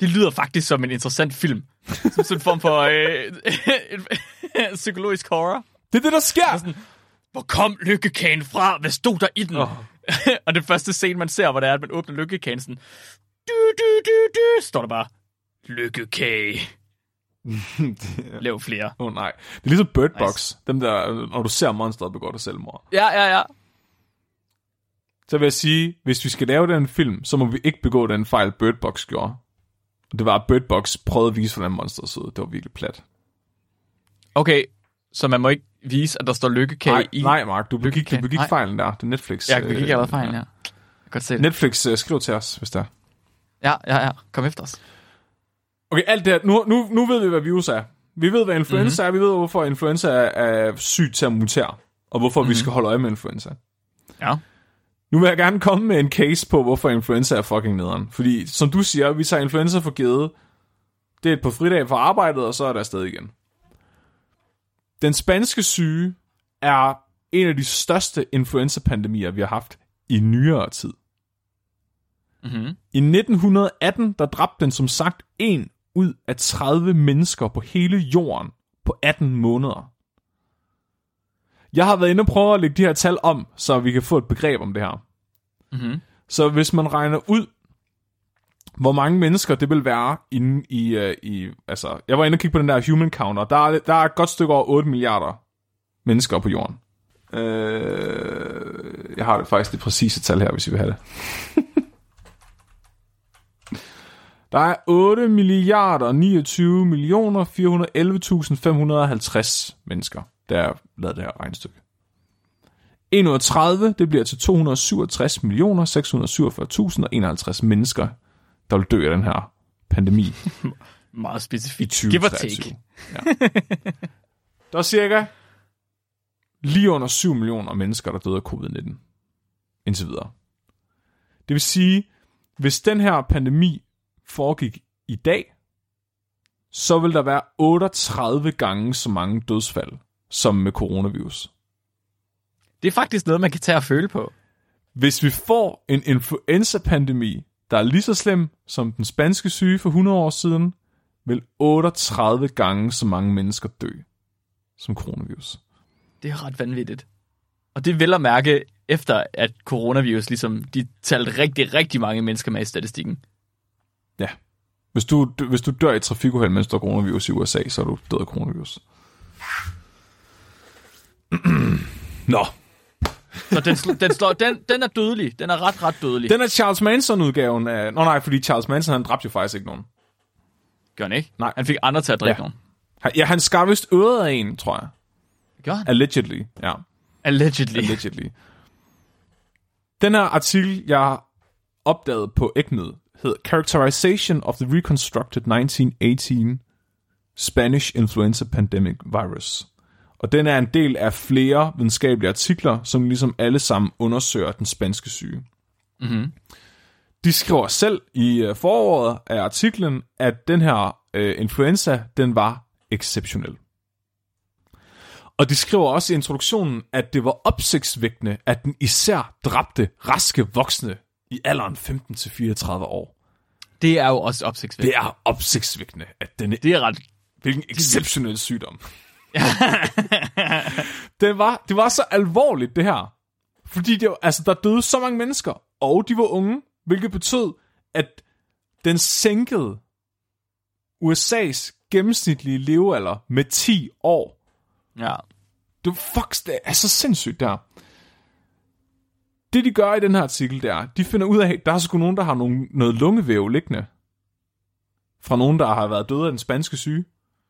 Det lyder faktisk som en interessant film. Som sådan en form for psykologisk horror. Det er det, der sker! Hvor kom lykkekagen fra? Hvad stod der i den? Og det første scene, man ser, hvor det er, at man åbner lykkekagen, sådan... står der bare... Lykkekage. Lav flere. Nej. Det er ligesom Bird Box. Nice. Dem der, når du ser monsteret begår dig selvmord. Ja. Så vil jeg sige, hvis vi skal lave den film, så må vi ikke begå den fejl, Bird Box gjorde. Det var, at Bird Box prøvede at vise, hvordan monsteret så ud. Det var virkelig plat. Okay, så man må ikke vise, at der står lykkekage i... Nej, Mark, du begik fejlen der. Det er Netflix. Jeg begik allerede fejlen, ja. Jeg kan godt se det. Netflix, skriv til os, hvis der. Ja. Kom efter os. Okay, alt det her. Nu ved vi, hvad virus er. Vi ved, hvad influenza er. Vi ved, hvorfor influenza er sygt til at mutere. Og hvorfor vi skal holde øje med influenza. Ja. Nu vil jeg gerne komme med en case på, hvorfor influenza er fucking nederen. Fordi, som du siger, vi tager influenza for givet. Det er et par fridag fra arbejdet, og så er der afsted igen. Den spanske syge er en af de største influenza-pandemier, vi har haft i nyere tid. Mm-hmm. I 1918, der dræbte den som sagt 1 ud af 30 mennesker på hele jorden på 18 måneder. Jeg har været inde og prøve at lægge de her tal om, så vi kan få et begreb om det her. Mm-hmm. Så hvis man regner ud, hvor mange mennesker det vil være inde i altså, jeg var inde og kigge på den der human counter. Der er et godt stykke over 8 milliarder mennesker på jorden. Jeg har det faktisk det præcise tal her, hvis I vil have det. Der er 8 milliarder 29 millioner 411.550 mennesker, der har lavet det her regnestykke. 1 ud af 30, det bliver til 267 millioner 647.051 mennesker, der vil dø af den her pandemi. Meget specifikt. Give or take. Ja. Der er cirka lige under 7 millioner mennesker, der døde af covid-19. Indtil videre. Det vil sige, hvis den her pandemi foregik i dag, så vil der være 38 gange så mange dødsfald som med coronavirus. Det er faktisk noget, man kan tage og føle på. Hvis vi får en influenza-pandemi, der er lige så slem som den spanske syge for 100 år siden, vil 38 gange så mange mennesker dø som coronavirus. Det er ret vanvittigt. Og det vil at mærke efter, at coronavirus ligesom, de talte rigtig, rigtig mange mennesker med i statistikken. Ja. Hvis du dør i et trafikuheld, mens der er coronavirus i USA, så er du død af coronavirus. Nå. Så den er dødelig. Den er ret dødelig. Den er Charles Manson-udgaven af... nej, fordi Charles Manson, han dræbte jo faktisk ikke nogen. Gør han ikke? Nej. Han fik andre til at dræbe nogen. Ja, han skar vist øret af en, tror jeg. Gør han? Allegedly, ja. Allegedly. Den her artikel, jeg opdagede på ECMID, hedder Characterization of the Reconstructed 1918 Spanish Influenza Pandemic Virus. Og den er en del af flere videnskabelige artikler, som ligesom alle sammen undersøger den spanske syge. Mm-hmm. De skriver selv i foråret af artiklen, at den her influenza, den var exceptionel. Og de skriver også i introduktionen, at det var opsigtsvækkende, at den især dræbte raske voksne i alderen 15-34 år. Det er jo også opsigtsvækkende. Det er opsigtsvækkende, at den det er ret... Hvilken exceptionel sygdom. det var så alvorligt, det her. Fordi der døde så mange mennesker, og de var unge, hvilket betød, at den sænkede USA's gennemsnitlige levealder med 10 år. Ja. Det er så sindssygt der. Det de gør i den her artikel, der, de finder ud af, at der er sgu nogen, der har noget lungevæv liggende. Fra nogen, der har været døde af den spanske syge.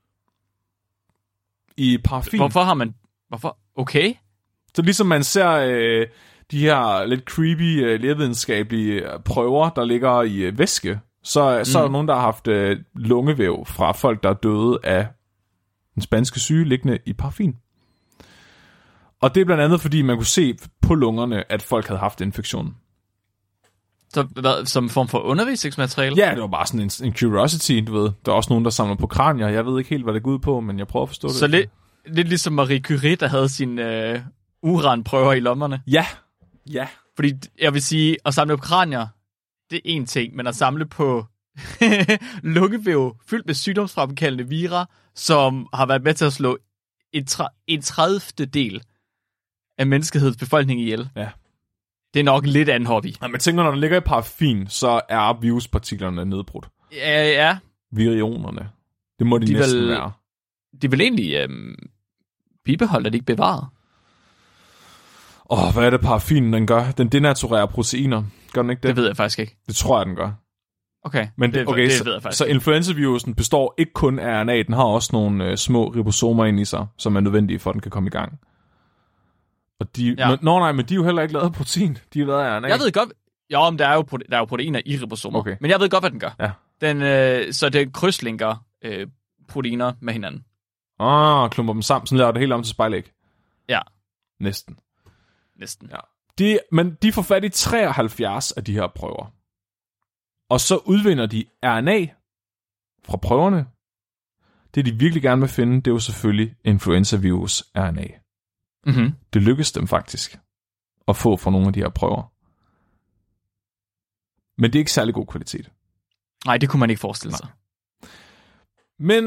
I paraffin. Hvorfor? Okay. Så ligesom man ser de her lidt creepy lægevidenskabelige prøver, der ligger i væske, så er der nogen, der har haft lungevæv fra folk, der er døde af den spanske syge liggende i paraffin. Og det er blandt andet, fordi man kunne se på lungerne, at folk havde haft infektion. Så hvad, som form for undervisningsmateriale? Ja, det var bare sådan en curiosity, du ved. Der er også nogen, der samler på kranier. Jeg ved ikke helt, hvad det går ud på, men jeg prøver at forstå det. Så lidt ligesom Marie Curie, der havde sine uranprøver i lommerne. Ja. Fordi jeg vil sige, at samle på kranier, det er en ting, men at samle på lungevæv fyldt med sygdomsfremkaldende vira, som har været med til at slå en 30. del af menneskehedens befolkning ihjel. Ja. Det er nok lidt anden hobby. Ja, men tænker, når den ligger i paraffin, så er viruspartiklerne nedbrudt. Ja. Virionerne. Det må de næsten være. De vil egentlig bibeholde, at de ikke bevaret. Hvad er det paraffinen, den gør? Den denaturerer proteiner. Gør den ikke det? Det ved jeg faktisk ikke. Det tror jeg, den gør. Okay, Men det ved jeg faktisk. Så influenzavirusen består ikke kun af RNA, den har også nogle små ribosomer ind i sig, som er nødvendige for, at den kan komme i gang. Og men de er jo heller ikke lavet af protein. De er lavet af RNA. Jeg ved godt, men der er jo proteiner i ribosomer. Okay. Men jeg ved godt, hvad den gør. Ja. Så det krydslinker proteiner med hinanden. Klumper dem sammen, sådan laver det helt om til spejlæg. Ja. Næsten. Ja. Men de får fat i 73 af de her prøver. Og så udvinder de RNA fra prøverne. Det, de virkelig gerne vil finde, det er jo selvfølgelig influenzavirus RNA. Mm-hmm. Det lykkedes dem faktisk at få fra nogle af de her prøver. Men det er ikke særlig god kvalitet. Nej, det kunne man ikke forestille sig. Men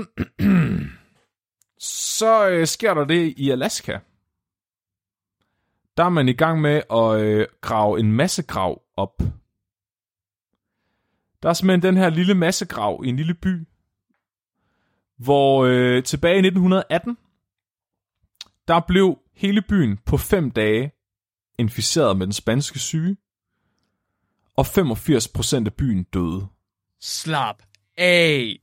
så sker der det i Alaska. Der er man i gang med at grave en massegrav op. Der er simpelthen den her lille massegrav i en lille by, hvor tilbage i 1918, der blev hele byen på 5 dage inficeret med den spanske syge, og 85% af byen døde. Slap af.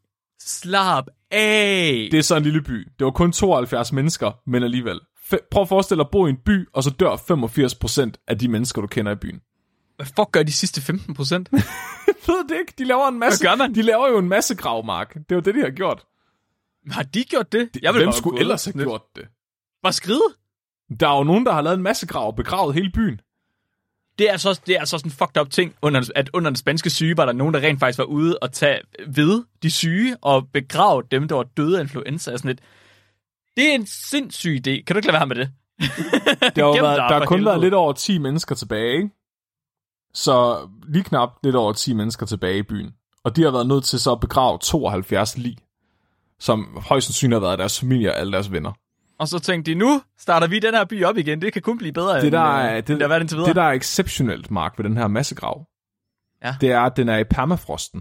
Det er så en lille by. Det var kun 72 mennesker, men alligevel. Prøv at forestille dig at bo i en by, og så dør 85% af de mennesker, du kender i byen. Hvad fuck gør de sidste 15%? Ved det ikke. De laver en masse. Hvad gør man? De laver jo en masse gravmark. Det er jo det, de har gjort. Har de gjort det? Hvem skulle ellers have gjort det? Bare skride? Der er jo nogen, der har lavet en masse grav og begravet hele byen. Det er så sådan en fucked up ting, at under den spanske syge var der nogen, der rent faktisk var ude og tage ved de syge og begrave dem, der var døde af influenza. Sådan lidt. Det er en sindssyg idé. Kan du ikke lade være med det? Der har kun været lidt over 10 mennesker tilbage, ikke? Så lige knap lidt over 10 mennesker tilbage i byen. Og de har været nødt til så at begrave 72 lig, som højst sandsynligt har været deres familie og alle deres venner. Og så tænkte de, nu starter vi den her by op igen. Det kan kun blive bedre, det der er indtil videre. Det, der er exceptionelt, Mark, ved den her massegrav, det er, at den er i permafrosten.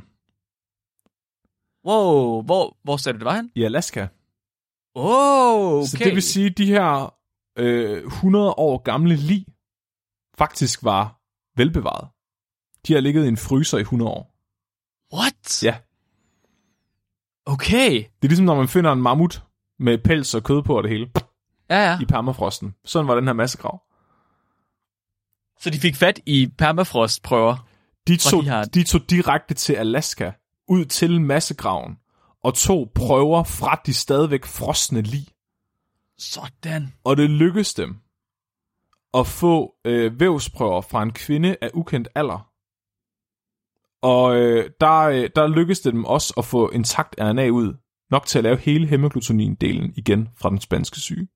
Wow, hvor sagde du, det var hen? I Alaska. Okay. Så det vil sige, at de her 100 år gamle lig faktisk var velbevaret. De har ligget i en fryser i 100 år. What? Ja. Okay. Det er ligesom, når man finder en mammut med pels og kød på og det hele. Ja. I permafrosten. Sådan var den her massegrav. Så de fik fat i permafrostprøver? De tog direkte til Alaska, ud til massegraven, og tog prøver fra de stadigvæk frosne lig. Sådan. Og det lykkedes dem at få vævsprøver fra en kvinde af ukendt alder. Og der lykkedes det dem også at få intakt RNA ud, nok til at lave hele hemagglutinin-delen igen fra den spanske syge.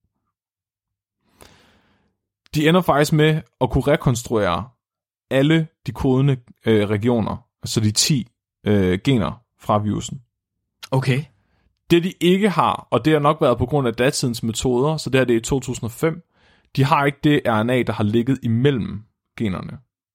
De ender faktisk med at kunne rekonstruere alle de kodende regioner, altså de 10 gener fra virusen. Okay. Det de ikke har, og det har nok været på grund af datidens metoder, så det her det er i 2005, de har ikke det RNA, der har ligget imellem generne.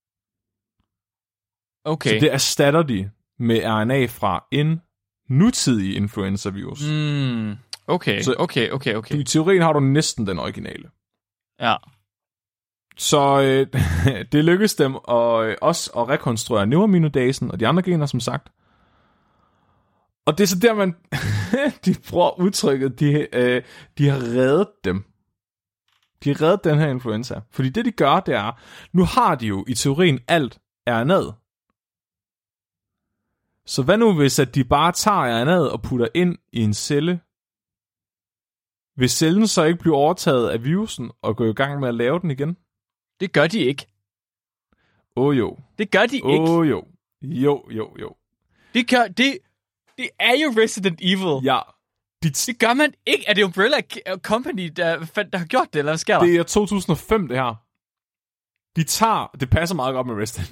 Okay. Så det erstatter de med RNA fra en nutidig influenza-virus. Okay, så, okay. I teorien har du næsten den originale. Ja. Så det lykkedes dem også at rekonstruere neuraminadasen og de andre gener, som sagt. Og det er så der, man de bruger udtrykket, de har reddet dem. De har reddet den her influenza. Fordi det, de gør, det er, nu har de jo i teorien alt RNA'et. Så hvad nu, hvis at de bare tager RNA'et og putter ind i en celle? Vil cellen så ikke blive overtaget af virusen og gå i gang med at lave den igen? Det gør de ikke. Jo. Det gør de ikke. Jo. Det er jo Resident Evil. Ja. Det gør man ikke. Er det Umbrella Company, der har gjort det, eller hvad sker der? Det er 2005, det her. Det passer meget godt med Resident Evil.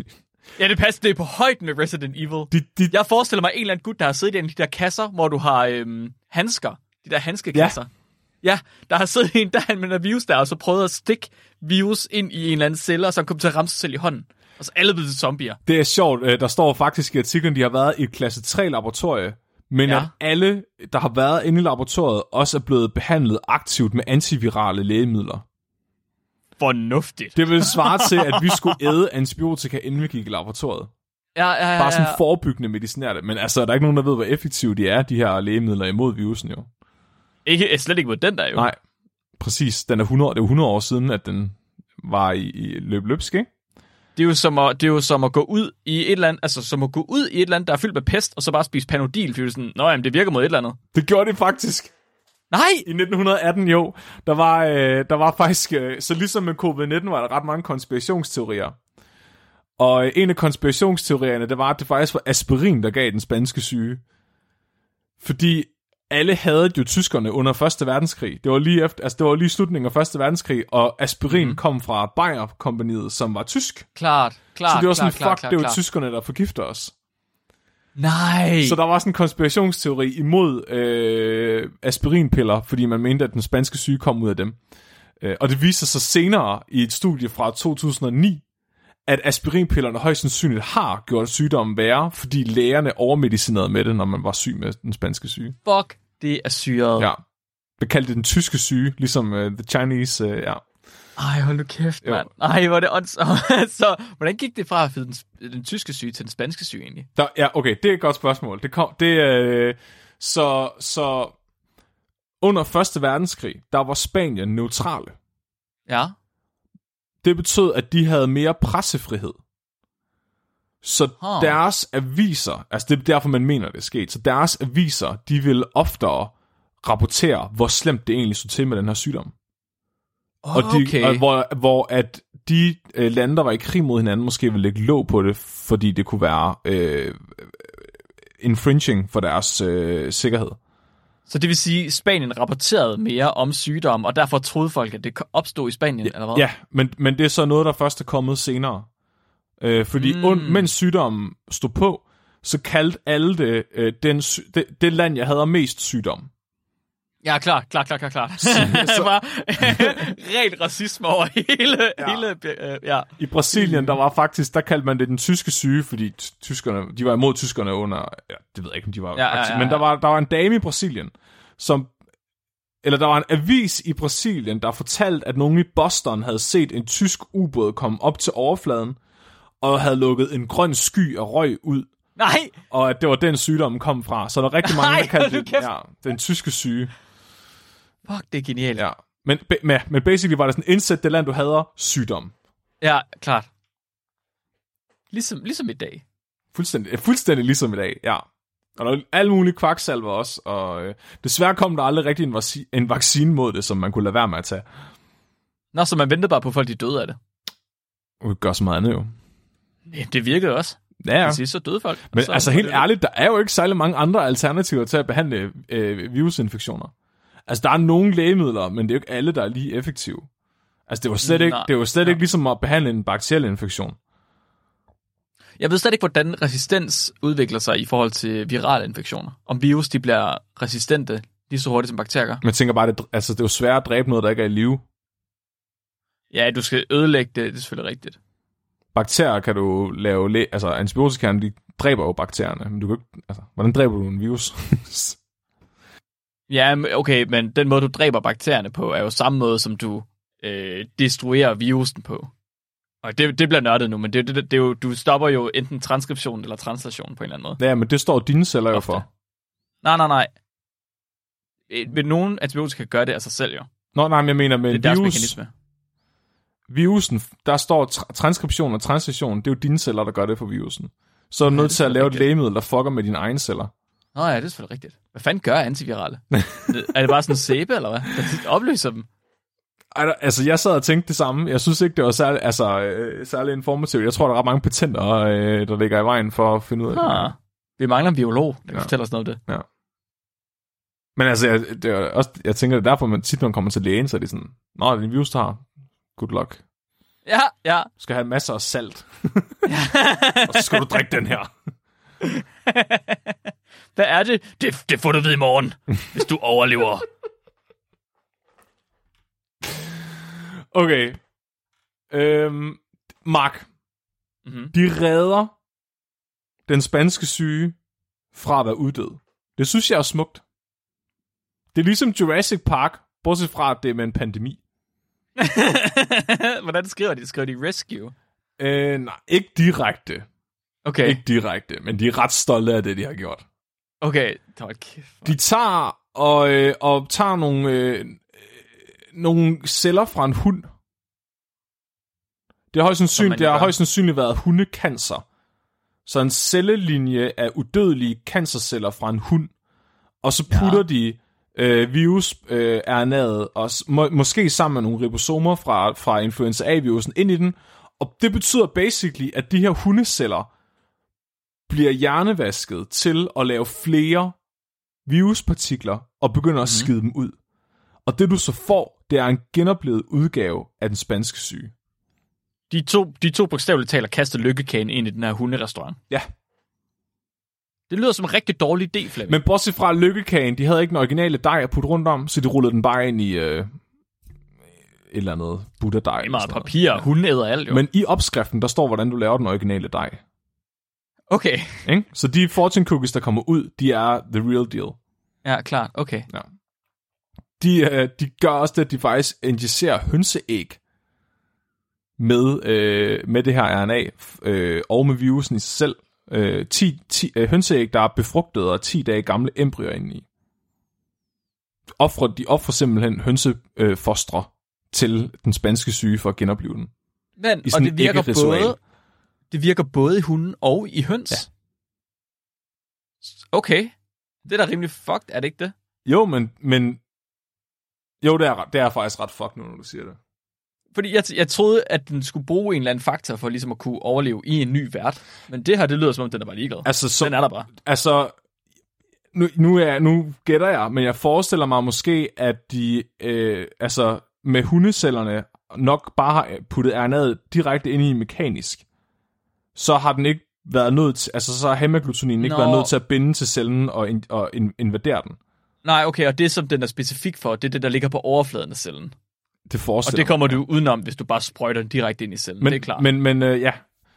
Ja, det passer. Det er på højden med Resident Evil. Jeg forestiller mig en eller anden gut, der har siddet i en af de der kasser, hvor du har handsker. De der handskekasser. Ja, der har siddet en, der med en virus der, og så prøvet at stikke virus ind i en eller anden celle, og så kom til at ramme sig selv i hånden. Og så alle blev til zombier. Det er sjovt. Der står faktisk i artiklen, de har været i et klasse 3-laboratorie, men at alle, der har været inde i laboratoriet, også er blevet behandlet aktivt med antivirale lægemidler. Fornuftigt. Det vil svare til, at vi skulle æde antibiotika, inden vi gik i laboratoriet. Ja. Bare sådan forebyggende medicinerte. Men altså, der er ikke nogen, der ved, hvor effektive de er, de her lægemidler imod virusen jo. Slet ikke mod den der jo. Nej, præcis. Den er 100, det er 100 år siden, at den var i løbsk, ikke? Det er jo som at gå ud i et eller andet, altså som at gå ud i et eller andet, der er fyldt med pest, og så bare spise Panodil, fordi det er sådan, jamen, det virker mod et eller andet. Det gjorde det faktisk. Nej! I 1918, jo. Der var faktisk, så ligesom med COVID-19, var der ret mange konspirationsteorier. Og en af konspirationsteorierne, det var, at det faktisk var aspirin, der gav den spanske syge. Fordi alle havde jo tyskerne under 1. verdenskrig. Det var lige efter, altså det var lige slutningen af 1. verdenskrig, og aspirin kom fra Bayer-kompaniet, som var tysk. Klart. Så det var sådan, det er jo tyskerne, der forgifter os. Nej. Så der var sådan en konspirationsteori imod aspirinpiller, fordi man mente, at den spanske syge kom ud af dem. Og det viste sig senere i et studie fra 2009, at aspirinpillerne højst sandsynligt har gjort sygdommen værre, fordi lægerne overmedicinerede med det, når man var syg med den spanske syge. Fuck, det er syret. Ja. Det kaldte den tyske syge, ligesom the Chinese, ja. Ej, hold nu kæft, mand. Ej, hvor er det så, hvordan gik det fra at finde den tyske syge til den spanske syge egentlig? Okay, det er et godt spørgsmål. Så under 1. verdenskrig, der var Spanien neutrale. Ja. Det betød, at de havde mere pressefrihed. Så deres aviser, altså det er derfor, man mener, det er sket, så deres aviser, de vil oftere rapportere, hvor slemt det egentlig stod til med den her sygdom. Okay. Og hvor at de lande, der var i krig mod hinanden, måske ville lægge låg på det, fordi det kunne være infringing for deres sikkerhed. Så det vil sige, at Spanien rapporterede mere om sygdom, og derfor troede folk, at det opstod i Spanien, eller hvad? Ja, men det er så noget, der først er kommet senere. Fordi mens sygdommen stod på, så kaldte alle det land, jeg havde mest sygdom. Ja, klart. Så var rent racisme over hele. I Brasilien, der kaldte man det den tyske syge, fordi tyskerne, de var imod tyskerne under, det ved jeg ikke, om de var aktive, men der var en dame i Brasilien, der var en avis i Brasilien, der fortalte, at nogen i Boston havde set en tysk ubåd komme op til overfladen, og havde lukket en grøn sky af røg ud. Nej! Og at det var den sygdommen kom fra. Så der er rigtig mange, der kaldte det den tyske syge. Fuck, det er genialt. Ja. Men basically var det sådan, indsæt det land, du hader, sygdom. Ja, klart. Ligesom i dag. Fuldstændig ligesom i dag, ja. Og der er alle mulige kvaksalver også, og desværre kom der aldrig rigtig en vaccine mod det, som man kunne lade være med at tage. Nå, så man ventede bare på, at folk de døde af det. Og det gør så meget andet jo. Ja, det virkede også. Ja. Så døde folk. Men altså helt ærligt, der er jo ikke særlig mange andre alternativer til at behandle virusinfektioner. Altså der er nogle lægemidler, men det er jo ikke alle, der er lige effektive. Altså det var slet ikke ligesom at behandle en bakteriel infektion. Jeg ved slet ikke, hvordan resistens udvikler sig i forhold til virale infektioner. Om virus, de bliver resistente lige så hurtigt som bakterier. Men jeg tænker bare, det er jo svært at dræbe noget, der ikke er i live. Ja, du skal ødelægge det er selvfølgelig rigtigt. Bakterier kan du lave, altså antibiotikerne, de dræber jo bakterierne, men du kan ikke, altså, hvordan dræber du en virus? Ja, okay, men den måde, du dræber bakterierne på, er jo samme måde, som du destruerer virusen på. Og det bliver nørdet nu, men det er jo, du stopper jo enten transkription eller translation på en eller anden måde. Ja, men det står dine celler jo for. Nej. Vil nogen antibiotika gøre det af sig selv, jo? Nej, men jeg mener med det er virus. Mekanisme. Virusen, der står transkription og translation, det er jo dine celler, der gør det for virusen. Så er du nødt til at lave et lægemiddel, der fucker med dine egne celler. Nå ja, det er selvfølgelig rigtigt. Hvad fanden gør antivirale? Er det bare sådan en sæbe, eller hvad? Der opløser dem? Altså, jeg sad og tænkte det samme. Jeg synes ikke, det var særlig informativt. Jeg tror, der er ret mange patenter, der ligger i vejen for at finde ud af det. Vi mangler en biolog, der kan fortælle os noget om det. Ja. Men altså, jeg tænker, det er derfor, man kommer til lægen, så er det sådan, nå, det er en virus, der har. Good luck. Ja. Du skal have masser af salt. Og så skal du drikke den her. Hvad er det? Det får du ved i morgen, hvis du overlever. Okay. Mark. Mm-hmm. De redder den spanske syge fra at være uddød. Det synes jeg er smukt. Det er ligesom Jurassic Park, bortset fra, at det er med en pandemi. Hvordan skriver de? Skriver de rescue? Nej, ikke direkte. Okay. Ikke direkte, men de er ret stolte af det, de har gjort. Okay. De tager og tager nogle celler fra en hund. Det har højst sandsynligt været hundekancer. Så en cellelinje af udødelige cancerceller fra en hund. Og så putter de virus-RNA'et, og måske sammen med nogle ribosomer fra influenza A-virusen ind i den. Og det betyder basically, at de her hundeceller bliver hjernevasket til at lave flere viruspartikler og begynder at skide dem ud. Og det du så får, det er en genoplevet udgave af den spanske syge. De to bogstaveligt taler kaster lykkekagen ind i den her hunderestaurant. Ja. Det lyder som en rigtig dårlig idé, Flemming. Men bortset fra lykkekagen, de havde ikke den originale dej at putte rundt om, så de rullede den bare ind i et eller andet butterdej. Det er meget papir, hunden æder alt jo. Men i opskriften, der står, hvordan du laver den originale dej. Okay. Ikke? Så de fortune cookies, der kommer ud, de er the real deal. Ja, klart. Okay. Ja. De gør også det, at de faktisk injicerer hønseæg med det her RNA og med virusen i sig selv. 10 hønseæg, der er befrugtet og 10 dage gamle embryoer indeni. De offrer simpelthen hønsefostre til den spanske syge for at genopleve den. Men, og det virker både i hunden og i høns? Ja. Okay. Det er da rimelig fucked, er det ikke det? Jo, men jo, det er faktisk ret fucked nu, når du siger det. Fordi jeg troede, at den skulle bruge en eller anden faktor for ligesom at kunne overleve i en ny vært. Men det her, det lyder som om, den er bare ligeglad. Altså, den er der bare. Altså, nu gætter jeg, men jeg forestiller mig måske, at de med hundecellerne nok bare har puttet RNA'et direkte ind i mekanisk. Så har den ikke været nødt til, så har hemagglutinin ikke været nødt til at binde til cellen og invadere den. Nej, okay, og det som den er specifik for, det er det, der ligger på overfladen af cellen. Det forestiller og det kommer du udenom, hvis du bare sprøjter den direkte ind i cellen, det er klart. Men ja.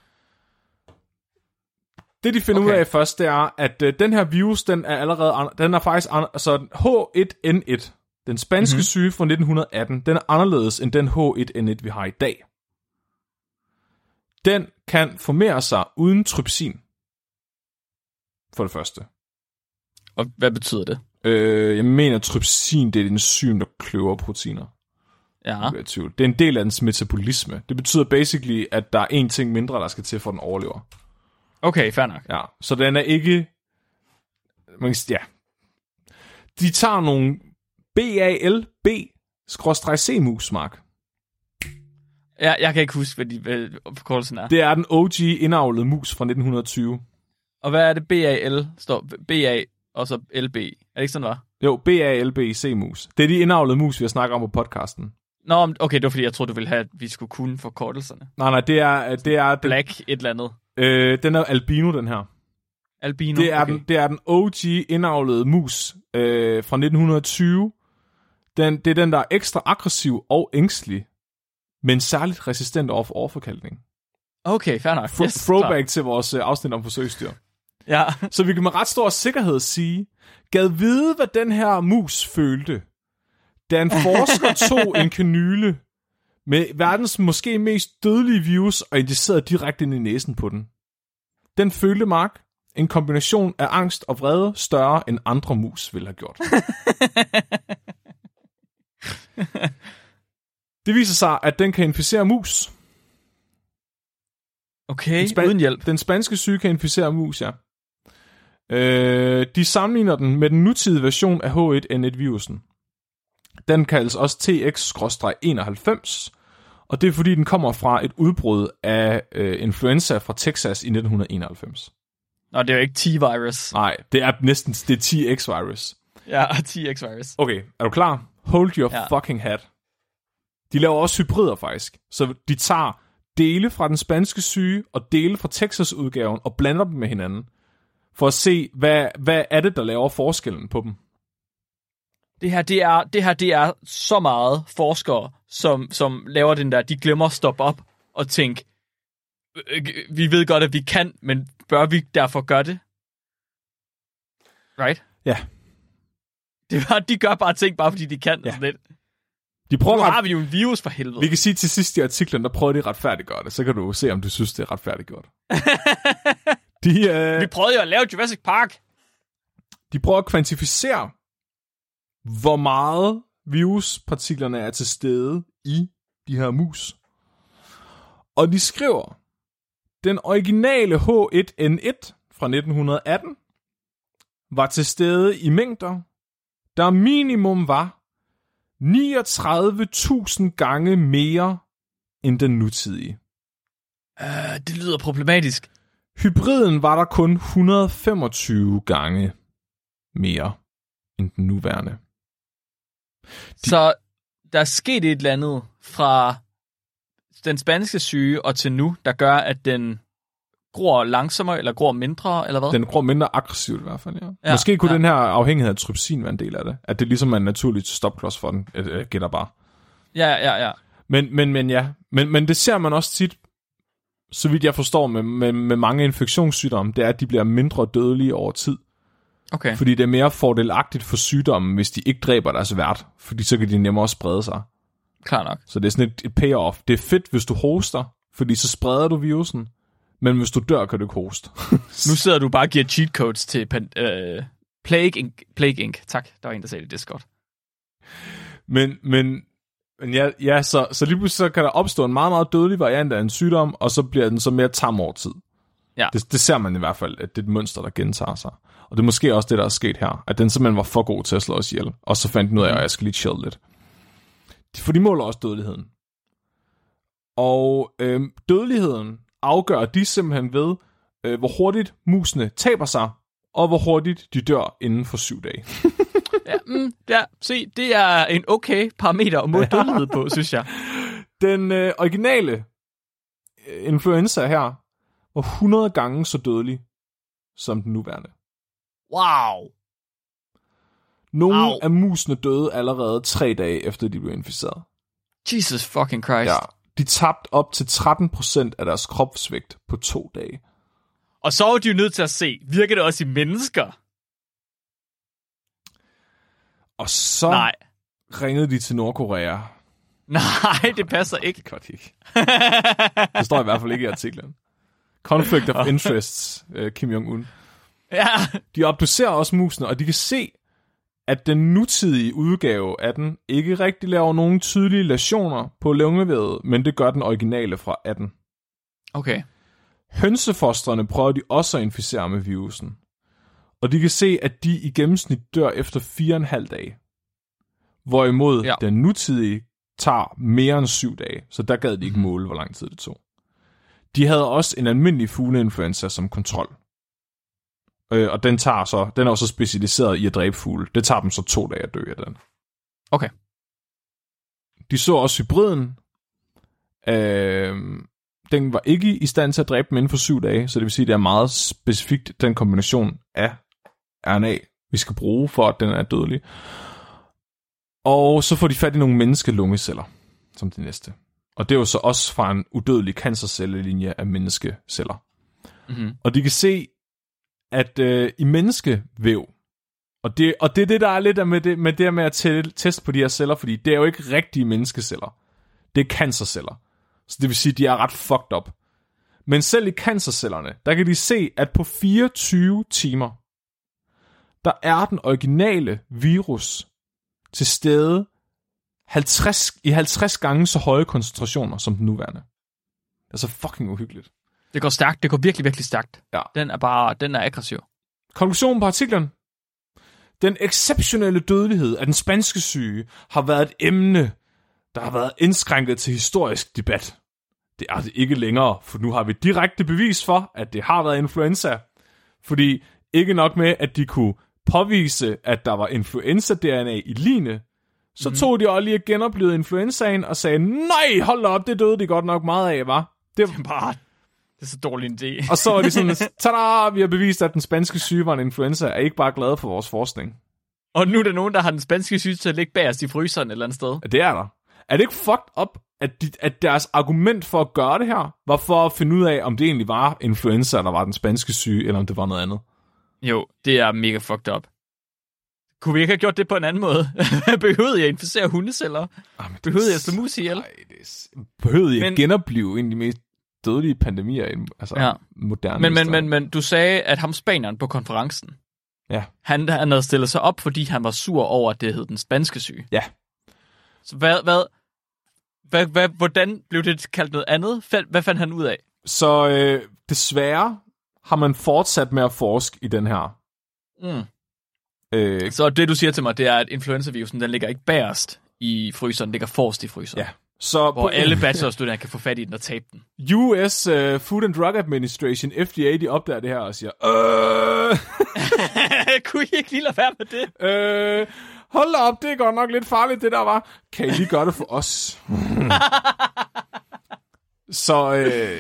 Det de finder ud af først, det er, at den her virus, den er faktisk, altså H1N1, den spanske syge fra 1918, den er anderledes end den H1N1, vi har i dag. Den kan formere sig uden trypsin. For det første. Og hvad betyder det? Jeg mener, trypsin, det er et enzym, der kløver proteiner. Ja. Det er en del af dens metabolisme. Det betyder basically, at der er en ting mindre, der skal til, for den overlever. Okay, fair nok. Ja, så den er ikke... Ja. De tager nogle BALB-C-mus, Mark. Ja, jeg kan ikke huske, hvad forkortelsen er. Det er den OG indavlede mus fra 1920. Og hvad er det BAL? Står BA og så LB. Er det ikke sådan, var? Jo, BALB-C-mus. Det er de indavlede mus, vi har snakket om på podcasten. Nå, okay, det var fordi, jeg troede, du ville have, at vi skulle kunne forkortelserne. Nej, det er Black et eller andet. Den er albino, den her. Albino, det er den OG indavlede mus fra 1920. Det er den, der er ekstra aggressiv og ængstelig, men særligt resistent over for overforkalkning. Okay, fair nok. Throwback til vores afsnit om forsøgsdyr. Ja. Så vi kan med ret stor sikkerhed sige, gad vide, hvad den her mus følte, da en forsker tog en kanyle med verdens måske mest dødelige virus og injicerede direkte ind i næsen på den. Den følte, Mark, en kombination af angst og vrede større end andre mus ville have gjort. Det viser sig, at den kan inficere mus. Okay, uden hjælp. Den spanske syge kan inficere mus, ja. De sammenligner den med den nutidige version af H1N1-virusen. Den kaldes også TX-91, og det er fordi, den kommer fra et udbrud af influenza fra Texas i 1991. Nå, det er jo ikke T-virus. Nej, det er næsten TX-virus. Ja, TX-virus. Okay, er du klar? Hold your fucking hat. De laver også hybrider, faktisk. Så de tager dele fra den spanske syge og dele fra Texas-udgaven og blander dem med hinanden. For at se, hvad er det, der laver forskellen på dem. Det her er så meget forskere, som laver den der, de glemmer at stoppe op og tænke, vi ved godt, at vi kan, men bør vi derfor gøre det? Right? Ja. De gør bare ting, bare fordi de kan. Ja. Sådan lidt. Nu har vi jo en virus for helvede. Vi kan sige til sidst i artiklen, der prøver de at retfærdiggøre det. Så kan du se, om du synes, det er retfærdiggjort. Vi prøvede jo at lave Jurassic Park. De prøver at kvantificere, hvor meget viruspartiklerne er til stede i de her mus. Og de skriver, den originale H1N1 fra 1918 var til stede i mængder, der minimum var 39.000 gange mere end den nutidige. Det lyder problematisk. Hybriden var der kun 125 gange mere end den nuværende. Så der er sket et eller andet fra den spanske syge og til nu, der gør, at den gror langsommere, eller gror mindre, eller hvad? Den gror mindre aggressivt i hvert fald, ja. Måske kunne den her afhængighed af trypsin være en del af det. At det ligesom er en naturligt stopklods for den, gætter bare. Ja. Men det ser man også tit, så vidt jeg forstår, med mange infektionssygdomme, det er, at de bliver mindre dødelige over tid. Okay. Fordi det er mere fordelagtigt for sygdommen, hvis de ikke dræber deres vært, fordi så kan de nemmere sprede sig. Klar nok. Så det er sådan et payoff. Det er fedt, hvis du hoster, fordi så spreder du virusen, men hvis du dør, kan du ikke hoste. Nu sidder du bare og giver cheat codes til Plague Inc. Tak, der var en, der sagde det Discord. Men ja, så lige pludselig så kan der opstå en meget, meget dødelig variant af en sygdom, og så bliver den så mere tam over tid. Ja. Det ser man i hvert fald, at det er et mønster, der gentager sig. Og det er måske også det, der er sket her, at den simpelthen var for god til at slå os ihjel, og så fandt den ud af, at jeg skal lige chill lidt. For de måler også dødeligheden. Og dødeligheden afgør de simpelthen ved, hvor hurtigt musene taber sig, og hvor hurtigt de dør inden for 7 dage. Se, det er en okay parameter at måle dødelighed på, synes jeg. Den originale influenza her var 100 gange så dødelig som den nuværende. Wow. Nogle af musene døde allerede 3 dage efter de blev inficeret. Jesus fucking Christ. Ja, de tabte op til 13% af deres kropsvægt på 2 dage. Og så er de jo nødt til at se, virker det også i mennesker? Og så ringede de til Nordkorea. Nej, det passer ikke. Det gør de ikke. Det står i hvert fald ikke i artiklen. Conflict of Interests, Kim Jong-un. Ja. De obducerer også musene, og de kan se, at den nutidige udgave af den ikke rigtig laver nogen tydelige læsioner på lungevævet, men det gør den originale fra 18. Okay. Hønsefostrene prøver de også at inficere med virusen. Og de kan se, at de i gennemsnit dør efter 4,5 dage. Hvorimod den nutidige tager mere end 7 dage, så der gad de ikke måle, hvor lang tid det tog. De havde også en almindelig fugleinfluenza som kontrol. Og den er også specialiseret i at dræbe fugle. Det tager dem så 2 dage at dø af den. Okay. De så også hybriden. Den var ikke i stand til at dræbe dem inden for 7 dage, så det vil sige, at det er meget specifikt den kombination af RNA, vi skal bruge for, at den er dødelig. Og så får de fat i nogle menneskelungeceller, som det næste. Og det er jo så også fra en udødelig cancercellelinje af menneskeceller. Mm-hmm. Og de kan se, at i menneskevæv, og det er det, der er lidt med det med at teste på de her celler, fordi det er jo ikke rigtige menneskeceller. Det er cancerceller. Så det vil sige, at de er ret fucked up. Men selv i cancercellerne, der kan de se, at på 24 timer, der er den originale virus til stede 50 gange så høje koncentrationer som den nuværende. Det er så fucking uhyggeligt. Det går stærkt. Det går virkelig, virkelig stærkt. Ja. Den er aggressiv. Konklusionen på artiklen. Den exceptionelle dødelighed af den spanske syge har været et emne, der har været indskrænket til historisk debat. Det er det ikke længere, for nu har vi direkte bevis for, at det har været influenza. Fordi ikke nok med, at de kunne påvise, at der var influenza-DNA i ligene, Så tog de også lige genoplevede influenzaen og sagde, nej, hold da op, det døde de godt nok meget af, var. Det er så dårlig en idé. Og så var de sådan, tada, vi har bevist, at den spanske syge var en influenza, er ikke bare glade for vores forskning. Og nu er der nogen, der har den spanske syge til at ligge bagerst i fryseren et eller andet sted. Det er der. Er det ikke fucked up, at deres argument for at gøre det her, var for at finde ud af, om det egentlig var influenza, der var den spanske syge, eller om det var noget andet? Jo, det er mega fucked up. Kunne vi ikke have gjort det på en anden måde? Behøvede jeg at inficere hundeceller? Behøvede jeg at slå mus ihjel? Behøvede jeg at genopleve en af de mest dødelige pandemier i moderne men du sagde, at ham spanieren på konferencen, ja. Han havde stillet sig op, fordi han var sur over, at det hed den spanske syge. Ja. Så hvordan blev det kaldt noget andet? Hvad fandt han ud af? Så desværre har man fortsat med at forske i den her. Så det, du siger til mig, det er, at influenzavirusen, den ligger ikke bagerst i fryseren, den ligger forrest i fryseren. Ja. Så hvor alle bachelorstuderende kan få fat i den og tabe den. US Food and Drug Administration, FDA, de opdager det her og siger, kunne I ikke lige lade være med det? Hold da op, det er godt nok lidt farligt, det der var. Kan I lige gøre det for os? Så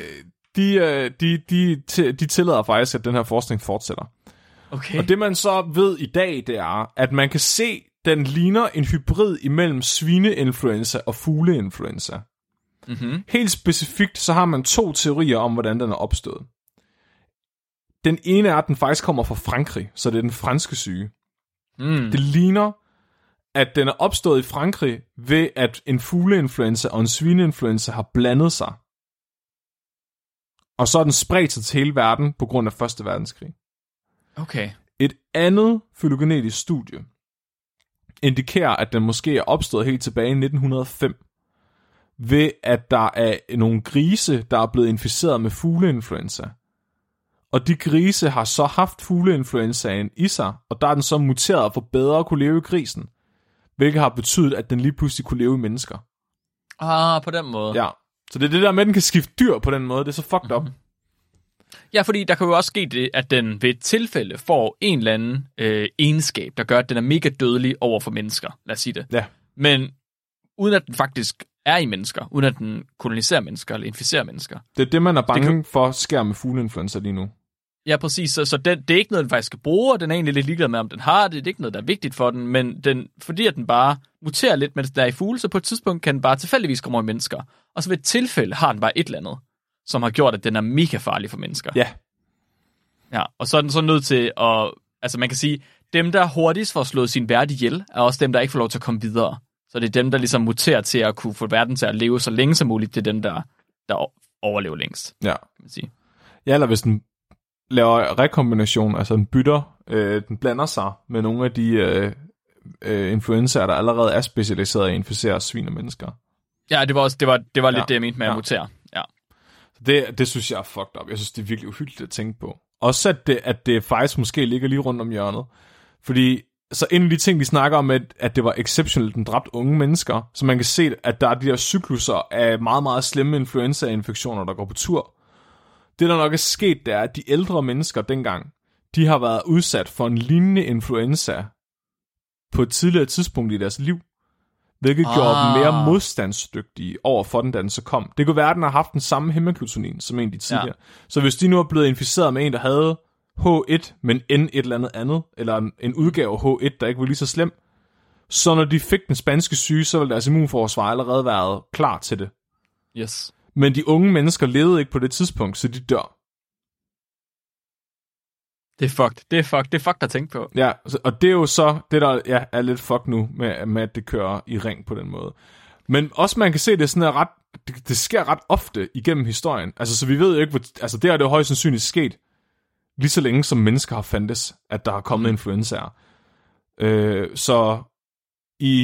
de tillader faktisk, at den her forskning fortsætter. Okay. Og det man så ved i dag, det er, at man kan se, den ligner en hybrid imellem svineinfluenza og fugleinfluenza. Mm-hmm. Helt specifikt, så har man 2 teorier om, hvordan den er opstået. Den ene er, at den faktisk kommer fra Frankrig, så det er den franske syge. Det ligner, at den er opstået i Frankrig ved, at en fugleinfluenza og en svineinfluenza har blandet sig. Og så er den spredt sig til hele verden på grund af 1. verdenskrig. Okay. Et andet fylogenetisk studie indikerer, at den måske er opstået helt tilbage i 1905, ved at der er nogle grise, der er blevet inficeret med fugleinfluenza. Og de grise har så haft fugleinfluenzaen i sig, og der er den så muteret for bedre at kunne leve i grisen, hvilket har betydet, at den lige pludselig kunne leve i mennesker. På den måde. Ja, så det er det der med, at den kan skifte dyr på den måde, det er så fucked up. Ja, fordi der kan jo også ske det, at den ved et tilfælde får en eller anden egenskab, der gør, at den er mega dødelig over for mennesker. Lad os sige det. Ja. Men uden at den faktisk er i mennesker, uden at den koloniserer mennesker eller inficerer mennesker. Det er det, man er bange for sker med fugleinfluenza lige nu. Ja, præcis. Så det er ikke noget, den faktisk skal bruge, og den er egentlig lidt ligeglad med, om den har det. Det er ikke noget, der er vigtigt for den, men fordi at den bare muterer lidt, mens den er i fugle, så på et tidspunkt kan den bare tilfældigvis komme over i mennesker. Og så ved et tilfælde har den bare et eller andet, som har gjort, at den er mega farlig for mennesker. Ja. Ja, og så er den så nødt til at... Altså man kan sige, dem der hurtigst får slået sin vært ihjel, er også dem, der ikke får lov til at komme videre. Så det er dem, der ligesom muterer til at kunne få verden til at leve så længe som muligt. Det er dem, der overlever længst. Ja. Kan man sige. Ja, eller hvis den laver rekombination, altså den bytter, den blander sig med nogle af de influenzaer, der allerede er specialiseret i at inficere svin og mennesker. Ja, det var lidt det, jeg mente med at mutere. Ja. Det synes jeg er fucked up. Jeg synes, det er virkelig uhyggeligt at tænke på. Også at det faktisk måske ligger lige rundt om hjørnet. Fordi så en af de ting, vi snakker om, at det var exceptionelt, den dræbte unge mennesker, så man kan se, at der er de der cykluser af meget, meget slemme influenza-infektioner, der går på tur. Det, der nok er sket, det er, at de ældre mennesker dengang, de har været udsat for en lignende influenza på et tidligere tidspunkt i deres liv, hvilket gjorde dem mere modstandsdygtige over for den, da den så kom. Det kunne være, at den har haft den samme hemagglutinin som en af de tidligere. Ja. Så hvis de nu er blevet inficeret med en, der havde H1, men N et eller andet, eller en udgave af H1, der ikke var lige så slem, så når de fik den spanske syge, så ville deres immunforsvar allerede været klar til det. Yes. Men de unge mennesker levede ikke på det tidspunkt, så de dør. Det er fucked at tænke på. Ja, og det er jo så det, der er lidt fucked nu, med at det kører i ring på den måde. Men også man kan se, det sådan er det sker ret ofte igennem historien. Altså, så vi ved jo ikke, altså det er det højst sandsynligt sket, lige så længe som mennesker har fandtes, at der har kommet influenzaer. Så i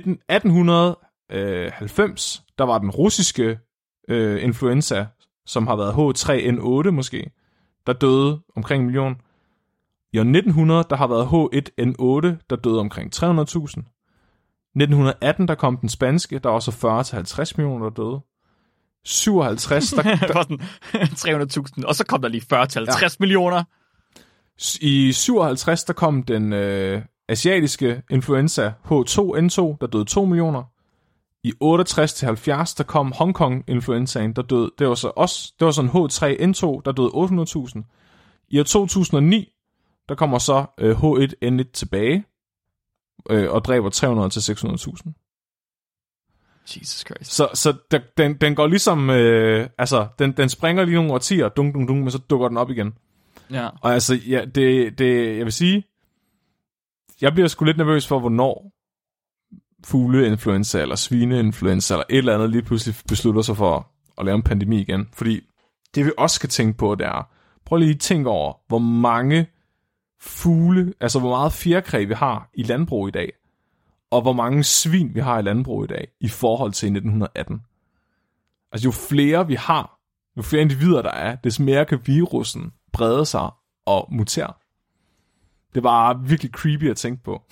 1890, der var den russiske influenza, som har været H3N8 måske, der døde omkring 1 million. I år 1900, der har været H1N8, der døde omkring 300.000. 1918, der kom den spanske, der var så 40-50 millioner, der døde. 57, der 300.000, og så kom der lige 40-50 millioner. I 57, der kom den asiatiske influenza H2N2, der døde 2 millioner. I 68-70, der kom Hongkong-influenzaen, der døde, det var så en H3N2, der døde 800.000. I år 2009, der kommer så H1N1 tilbage, og dræber 300-600.000. Jesus Christ. Så den går ligesom, den springer lige nogle årtier, dunk, men så dukker den op igen. Ja. Og altså, ja, det, jeg vil sige, jeg bliver sgu lidt nervøs for, hvornår fugleinfluenza eller svineinfluenza eller et eller andet lige pludselig beslutter sig for at lave en pandemi igen. Fordi det vi også skal tænke på, det er, prøv lige at tænke over, hvor mange fugle, altså hvor meget fjerkræ vi har i landbrug i dag, og hvor mange svin vi har i landbrug i dag, i forhold til 1918. Altså jo flere vi har, jo flere individer der er, des mere kan virussen brede sig og mutere. Det var virkelig creepy at tænke på.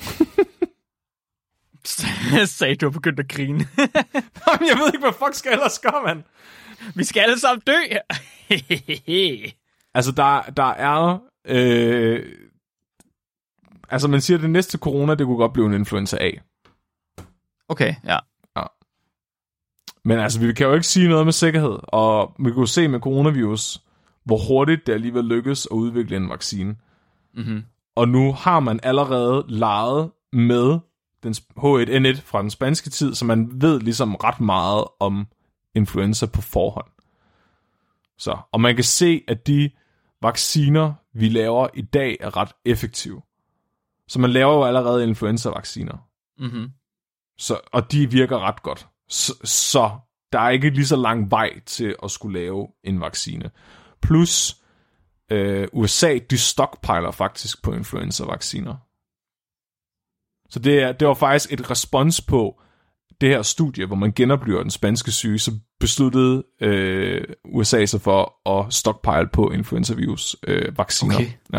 Sagde du begyndt at grine. Jeg ved ikke, hvad fuck skal ellers gøre, mand. Vi skal alle sammen dø. Altså, der er... altså, man siger, at det næste corona, det kunne godt blive en influenza A. Okay, ja. Men altså, vi kan jo ikke sige noget med sikkerhed, og vi kan jo se med coronavirus, hvor hurtigt det alligevel lykkes at udvikle en vaccine. Mm-hmm. Og nu har man allerede leget med den H1N1 fra den spanske tid, så man ved ligesom ret meget om influenza på forhånd. Så, og man kan se, at de vacciner, vi laver i dag, er ret effektive. Så man laver jo allerede influenza-vacciner. Mm-hmm. Så, og de virker ret godt. Så der er ikke lige så lang vej til at skulle lave en vaccine. Plus, USA, de stockpiler faktisk på influenza-vacciner. Så det var faktisk et respons på det her studie, hvor man genopliver den spanske syge, så besluttede USA sig for at stockpile på influenza-virus-vacciner. Okay. Ja.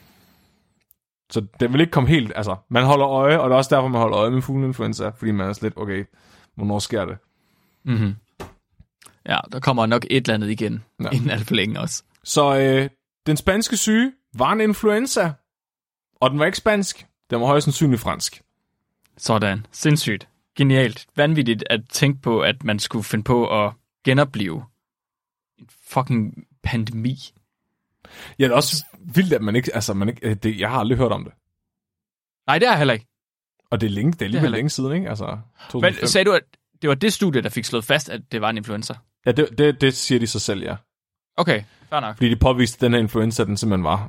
Så det vil ikke komme helt... Altså, man holder øje, og det er også derfor, man holder øje med fugleinfluenza, fordi man er slet, okay, hvornår sker det? Mm-hmm. Ja, der kommer nok et eller andet igen, inden alt for længe også. Så den spanske syge var en influenza, og den var ikke spansk, den var højst sandsynligt fransk. Sådan. Sindssygt. Genialt. Vanvittigt at tænke på, at man skulle finde på at genopleve en fucking pandemi. Ja, det er også vildt, at man ikke... Altså, jeg har aldrig hørt om det. Nej, det har jeg heller ikke. Og det er alligevel længe siden, ikke? Altså, 2005. Men sagde du, at det var det studie, der fik slået fast, at det var en influenza? Ja, det siger de sig selv, ja. Okay, fair nok. Fordi de påviste, at den her influenza, den simpelthen var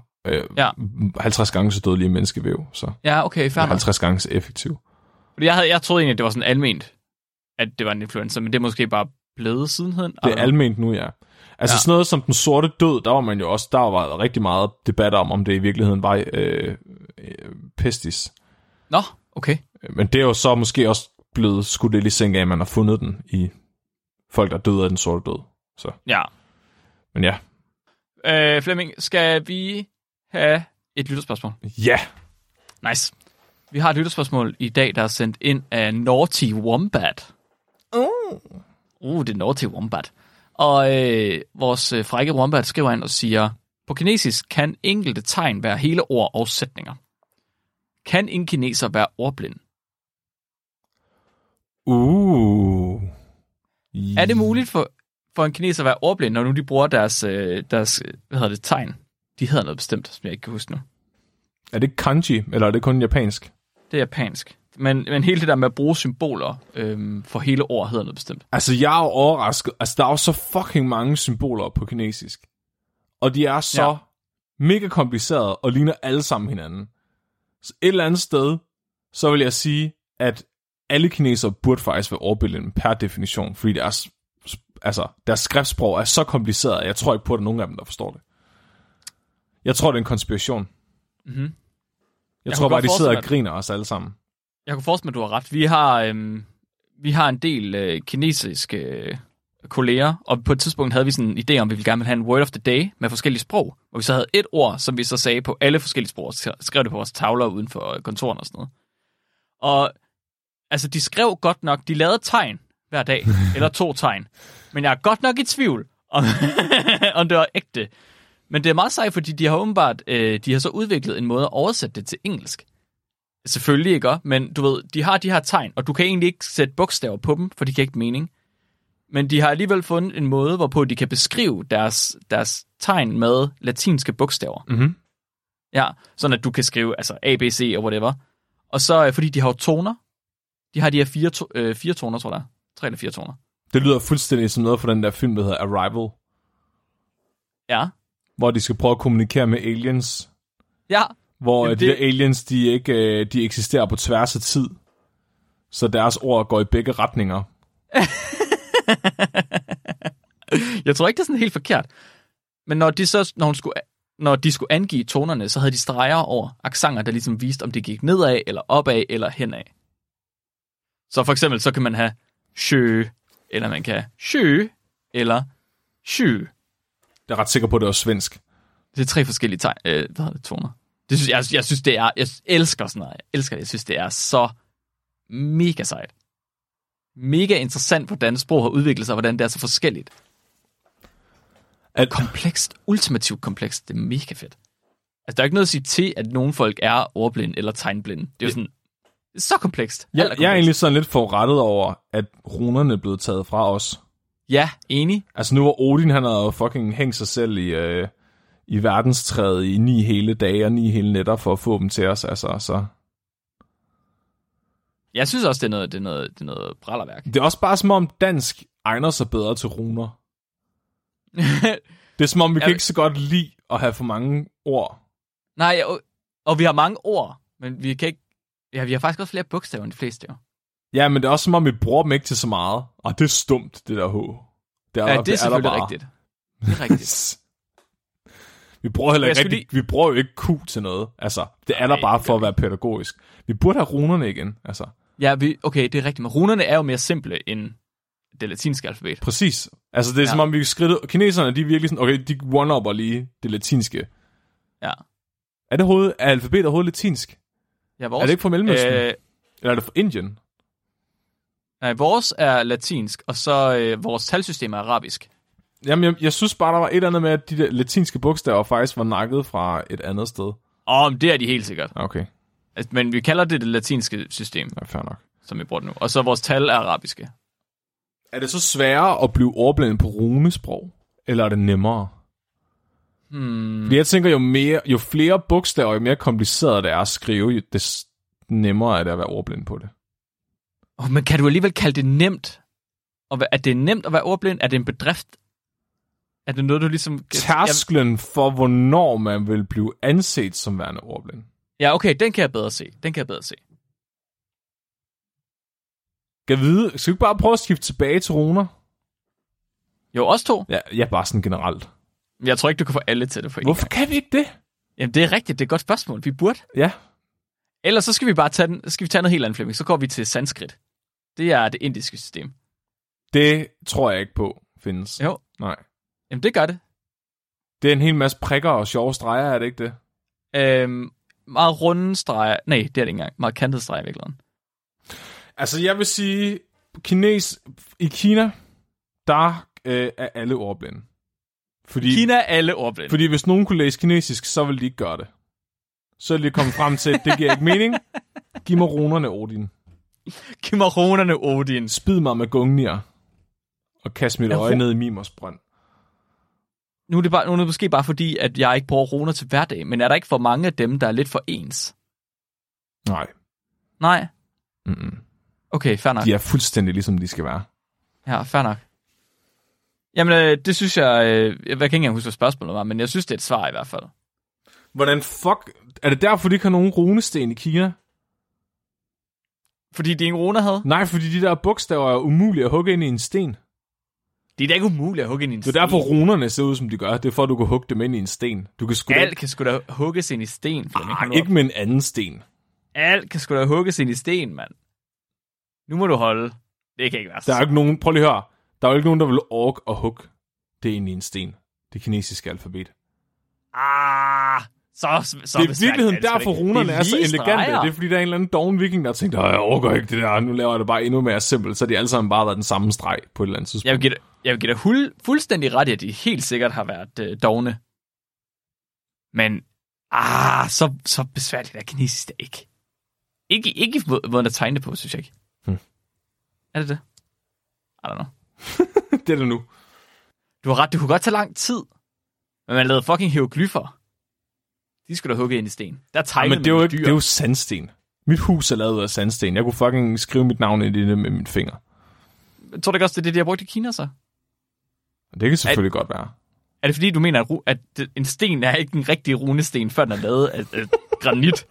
50 gange så dødelig i menneskevæv. Så ja, okay, fair nok. 50 gange så effektiv. Fordi jeg troede egentlig, at det var sådan alment, at det var en influenza, men det er måske bare blevet sidenhen. Det er alment nu, ja. Altså sådan noget som den sorte død, der var man jo også, der var rigtig meget debat om det i virkeligheden var pestis. Nå, okay. Men det er jo så måske også blevet skudt lidt i seng af, at man har fundet den i folk, der døde af den sorte død. Så. Ja. Men ja. Flemming, skal vi have et lytterspørgsmål? Ja. Nice. Vi har et lytterspørgsmål i dag, der er sendt ind af Naughty Wombat. Det er Naughty Wombat. Og vores frække Wombat skriver ind og siger, på kinesisk kan enkelte tegn være hele ord og sætninger. Kan en kineser være ordblind? Er det muligt for en kineser at være ordblind, når nu de bruger deres tegn? De hedder noget bestemt, som jeg ikke kan huske nu. Er det kanji, eller er det kun japansk? Det er japansk. Men hele det der med at bruge symboler for hele ord hedder noget bestemt. Altså, jeg er jo overrasket. Altså, der er jo så fucking mange symboler på kinesisk. Og de er så mega komplicerede og ligner alle sammen hinanden. Så et eller andet sted, så vil jeg sige, at alle kinesere burde faktisk være ordblinde per definition, fordi deres skriftsprog er så kompliceret, at jeg tror ikke på, at der er nogen af dem, der forstår det. Jeg tror, det er en konspiration. Mm-hmm. Jeg tror bare, de sidder og griner os alle sammen. Jeg kunne forestille mig, at du har ret. Vi har en del kinesiske kolleger, og på et tidspunkt havde vi sådan en idé om, at vi ville gerne have en word of the day med forskellige sprog, hvor vi så havde et ord, som vi så sagde på alle forskellige sprog, og skrev det på vores tavler uden for kontoren og sådan noget. Og altså, de skrev godt nok, de lavede tegn hver dag, eller 2 tegn. Men jeg er godt nok i tvivl, om det var ægte. Men det er meget sejt, fordi de har åbenbart, de har så udviklet en måde at oversætte det til engelsk. Selvfølgelig ikke, men du ved, de har de her tegn, og du kan egentlig ikke sætte bogstaver på dem, for de kan ikke mening. Men de har alligevel fundet en måde, hvorpå de kan beskrive deres tegn med latinske bogstaver. Mhm. Ja, sådan at du kan skrive altså A, B, C og whatever. Og så, fordi de har jo toner, de har de her fire toner, tror jeg. 3 eller 4 toner. Det lyder fuldstændig som noget fra den der film, der hedder Arrival. Ja. Hvor de skal prøve at kommunikere med aliens. Ja. Hvor Jamen, de der aliens, de eksisterer på tværs af tid. Så deres ord går i begge retninger. Jeg tror ikke, det er sådan helt forkert. Men når de skulle angive tonerne, så havde de streger over accenter, der ligesom viste, om det gik nedad, eller opad, eller henad. Så for eksempel, så kan man have sjø, eller man kan have sjø, eller sjø. Jeg er ret sikker på, at det var svensk. Det er 3 forskellige toner. Det synes, jeg synes, det er... Jeg elsker sådan noget. Jeg elsker det. Jeg synes, det er så mega sejt. Mega interessant, hvordan sprog har udviklet sig, og hvordan det er så forskelligt. Komplekst. Ultimativt komplekst. Det er mega fedt. Altså, der er ikke noget at sige til, at nogle folk er ordblinde eller tegnblinde. Det er jo sådan... Det er så komplekst. Jeg er egentlig sådan lidt forrettet over, at runerne er blevet taget fra os. Ja, enig. Altså nu var Odin, han havde fucking hængt sig selv i verdenstræet i 9 hele dage og 9 hele nætter for at få dem til os. Altså, så. Jeg synes også, det er noget brallerværk. Det er også bare som om dansk egner sig bedre til runer. Det er som om, vi kan ikke så godt lide at have for mange ord. Nej, og vi har mange ord, men vi kan ikke... Ja, vi har faktisk også flere bogstaver end de fleste, jo. Ja, men det er også som om, vi bruger dem ikke til så meget. Og det er stumt, det der H. Det er selvfølgelig rigtigt. Det er rigtigt. Vi bruger heller ikke rigtig, vi bruger jo ikke Q til noget. Altså, det er der bare for at være pædagogisk. Vi burde have runerne igen, altså. Ja, okay, det er rigtigt. Men runerne er jo mere simple end det latinske alfabet. Præcis. Altså, det er som om, vi skridt... Kineserne, de er virkelig sådan... Okay, de one-upper lige det latinske. Ja. Er alfabetet overhovedet latinsk? Ja, vores... Er det ikke fra Mellemøsten? Eller er det fra Indien? Nej, vores er latinsk, og så vores talsystem er arabisk. Jamen, jeg synes bare, der var et eller andet med, at de der latinske bogstaver faktisk var nakket fra et andet sted. Det er de helt sikkert. Okay. Altså, men vi kalder det latinske system. Ja, fair nok. Som vi bruger det nu. Og så vores tal er arabiske. Er det så sværere at blive ordblindet på runesprog? Eller er det nemmere? Fordi jeg tænker, jo flere bogstaver, jo mere kompliceret det er at skrive, det nemmere er det at være ordblind på det. Men kan du alligevel kalde det nemt? Er det nemt at være ordblind? Er det en bedrift? Er det noget, du ligesom... Tærsklen for, hvornår man vil blive anset som værende ordblind. Ja, okay, den kan jeg bedre se. Skal vi ikke bare prøve at skifte tilbage til runer? Jo, os to. Ja, bare sådan generelt. Jeg tror ikke, du kan få alle til det for en Hvorfor kan vi ikke det? Jamen, det er rigtigt. Det er et godt spørgsmål. Vi burde. Ja. Ellers så skal vi bare tage noget helt andet, Flemming. Så går vi til sanskrit. Det er det indiske system. Det tror jeg ikke på findes. Jo. Nej. Jamen, det gør det. Det er en hel masse prikker og sjove streger, er det ikke det? Meget runde streger. Nej, det er det ikke engang. Meget kantede streger i virkeligheden. Altså, jeg vil sige, i Kina, der er alle ordblinde. Kina er alle ordblinde. Fordi hvis nogen kunne læse kinesisk, så ville de ikke gøre det. Så er de kommet frem til, at det giver ikke mening. Giv mig runerne, Odin. Giv mig runerne, Odin. Spid mig med gungnir. Og kast mit øje ned i Mimers brønd. Nu er det måske bare fordi, at jeg ikke bruger runer til hverdag, men er der ikke for mange af dem, der er lidt for ens? Nej? Mm-mm. Okay, fair nok. De er fuldstændig ligesom de skal være. Ja, fair nok. Jamen, det synes jeg... Jeg kan ikke engang huske, hvad spørgsmålet var, men jeg synes, det er et svar i hvert fald. Hvordan fuck... Er det derfor, de ikke har nogen runesten i Kina? Fordi de ingen runer havde? Nej, fordi de der bogstaver er umulige at hugge ind i en sten. Det er da ikke umuligt at hugge ind i en sten. Det er derfor, runerne ser ud, som de gør. Det er for, at du kan hugge dem ind i en sten. Alt kan sgu da hugges ind i sten. Ikke med en anden sten. Alt kan sgu da hugges ind i sten, mand. Nu må du holde. Det kan ikke være så. Der er ikke nogen... Prøv lige at høre. Der er jo ikke nogen, der vil orke at hugge det ind i en sten. Det kinesiske alfabet. Så det er i virkeligheden derfor, runerne er så elegante. Det er fordi, der er en eller anden doven viking, der har tænkt, jeg overgår ikke det der, nu laver jeg det bare endnu mere simpelt. Så de alle sammen bare været den samme streg på et eller andet tidspunkt. Jeg vil give dig fuldstændig ret i, at de helt sikkert har været dovne. Men, så besværligt er kinesisk det ikke. Ikke måden at tegne det på, synes jeg ikke. Er det det? I don't know. Det er det nu. Du har ret, det kunne godt tage lang tid. Men man lavede fucking hieroglyffer. De skulle da hugge ind i sten. Der tegnede men det er jo sandsten. Mit hus er lavet af sandsten. Jeg kunne fucking skrive mit navn ind i det med min finger. Jeg tror du ikke også, det er det, de har brugt i Kina, så? Det kan selvfølgelig godt være. Er det fordi, du mener, at en sten er ikke en rigtig runesten, før den er lavet af granit?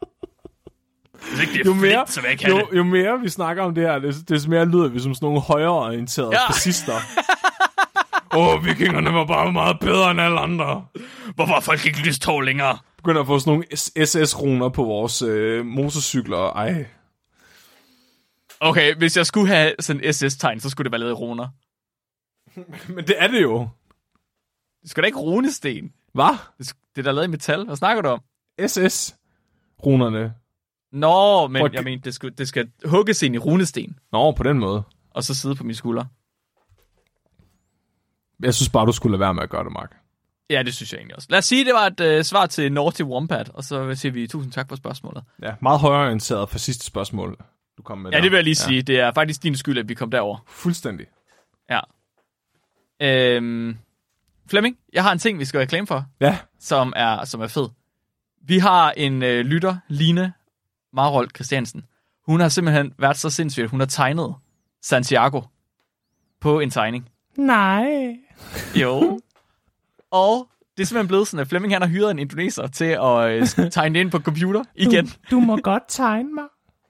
Jo mere vi snakker om det her, det mere lyder vi som sådan nogle højreorienterede fascister. Vikingerne var bare meget bedre end alle andre. Hvorfor har folk ikke lystår længere? Begynder at få sådan nogle SS-runer på vores motorcykler. Ej. Okay, hvis jeg skulle have sådan en SS-tegn, så skulle det være lavet i runer. Men det er det jo. Det skal da ikke runesten. Hvad? Det er da lavet i metal. Hvad snakker du om? SS-runerne. Nå, men jeg mener, det skal hugges ind i runesten. Nå, på den måde. Og så sidde på mine skuldre. Jeg synes bare, du skulle lade være med at gøre det, Mark. Ja, det synes jeg egentlig også. Lad os sige, det var et svar til Naughty Wombat, og så siger vi tusind tak for spørgsmålet. Ja, meget højreorienteret for sidste spørgsmål, du kom med. Ja, det vil jeg lige sige. Det er faktisk din skyld, at vi kom derover. Fuldstændig. Ja. Flemming, jeg har en ting, vi skal reklame for. Ja. Som er fed. Vi har en lytter, Line Marold Christiansen. Hun har simpelthen været så sindssygt, hun har tegnet Santiago på en tegning. Nej. Jo. Og det er simpelthen blevet sådan, at Flemming han har hyret en indoneser til at tegne det ind på computer igen. Du må godt tegne mig.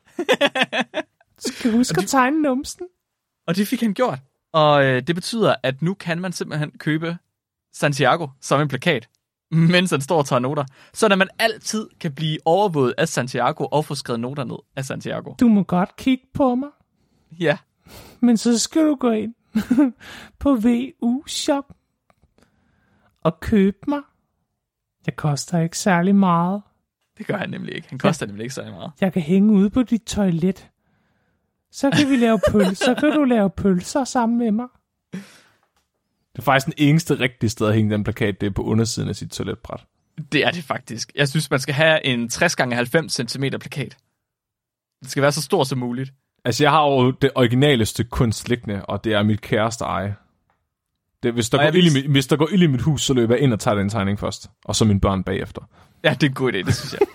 Skal huske at tegne numsen. Og det fik han gjort. Og det betyder, at nu kan man simpelthen købe Santiago som en plakat, mens han står og tager noter. Så at man altid kan blive overvåget af Santiago og få skrevet noter ned af Santiago. Du må godt kigge på mig. Ja. Men så skal du gå ind på VU Shop og købe mig. Det koster ikke særlig meget. Det gør han nemlig ikke. Han koster nemlig ikke særlig meget. Jeg kan hænge ude på dit toilet. Så kan vi lave pølser. Så kan du lave pølser sammen med mig. Det er faktisk den eneste rigtige sted at hænge den plakat, det er på undersiden af sit toiletbræt. Det er det faktisk. Jeg synes, man skal have en 60x90 cm plakat. Det skal være så stor som muligt. Altså, jeg har jo det originale stykke kunst liggende, og det er mit kæreste eje. Hvis der går ild i mit hus, så løber jeg ind og tager den tegning først. Og så mine børn bagefter. Ja, det er en god idé, det synes jeg.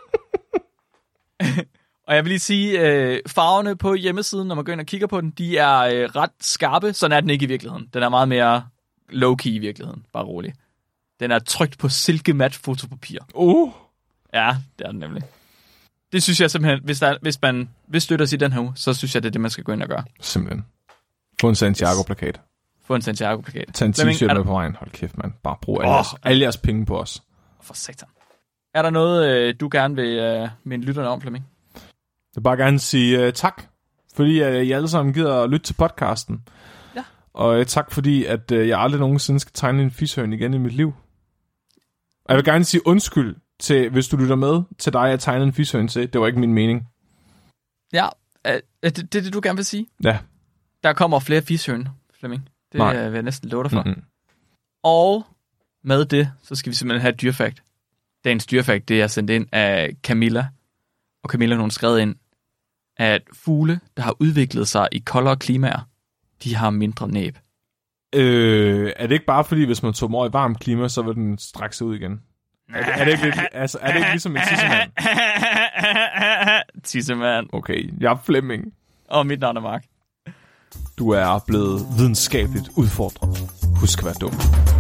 Og jeg vil lige sige, farverne på hjemmesiden, når man går ind og kigger på den, de er ret skarpe. Sådan er den ikke i virkeligheden. Den er meget mere low-key i virkeligheden. Bare rolig. Den er trykt på silkemat fotopapir. Ja, det er den nemlig. Det synes jeg simpelthen, hvis man vil støtte os i den her uge, så synes jeg, det er det, man skal gå ind og gøre. Simpelthen. Få en Santiago-plakat. Få en Santiago-plakat. Tag en t-shirt med på vejen. Hold kæft, mand. Bare brug alle jeres penge på os. For satan. Er der noget, du gerne vil minde lytterne om, Flemming? Jeg vil bare gerne sige tak, fordi I alle sammen gider at lytte til podcasten. Ja. Og tak, fordi at jeg aldrig nogensinde skal tegne en fishøn igen i mit liv. Og jeg vil gerne sige undskyld til, hvis du lytter med, til dig at tegne en fishøn til. Det var ikke min mening. Ja, det er det, du gerne vil sige? Ja. Der kommer flere fishøn, Flemming. Det vil jeg næsten love dig for. Mm-hmm. Og med det, så skal vi simpelthen have et dyrefakt. Dagens dyrefakt, det er sendt ind af Camilla. Og Camilla, hun skrev ind, at fugle, der har udviklet sig i koldere klimaer, de har mindre næb. Er det ikke bare fordi, hvis man tog over i varmt klima, så vil den strække sig ud igen? Er det ikke lidt, altså, er det ikke ligesom en tissemand? Tissemand. Okay, jeg er Flemming. Og mit navn er Mark. Du er blevet videnskabeligt udfordret. Husk at være dum.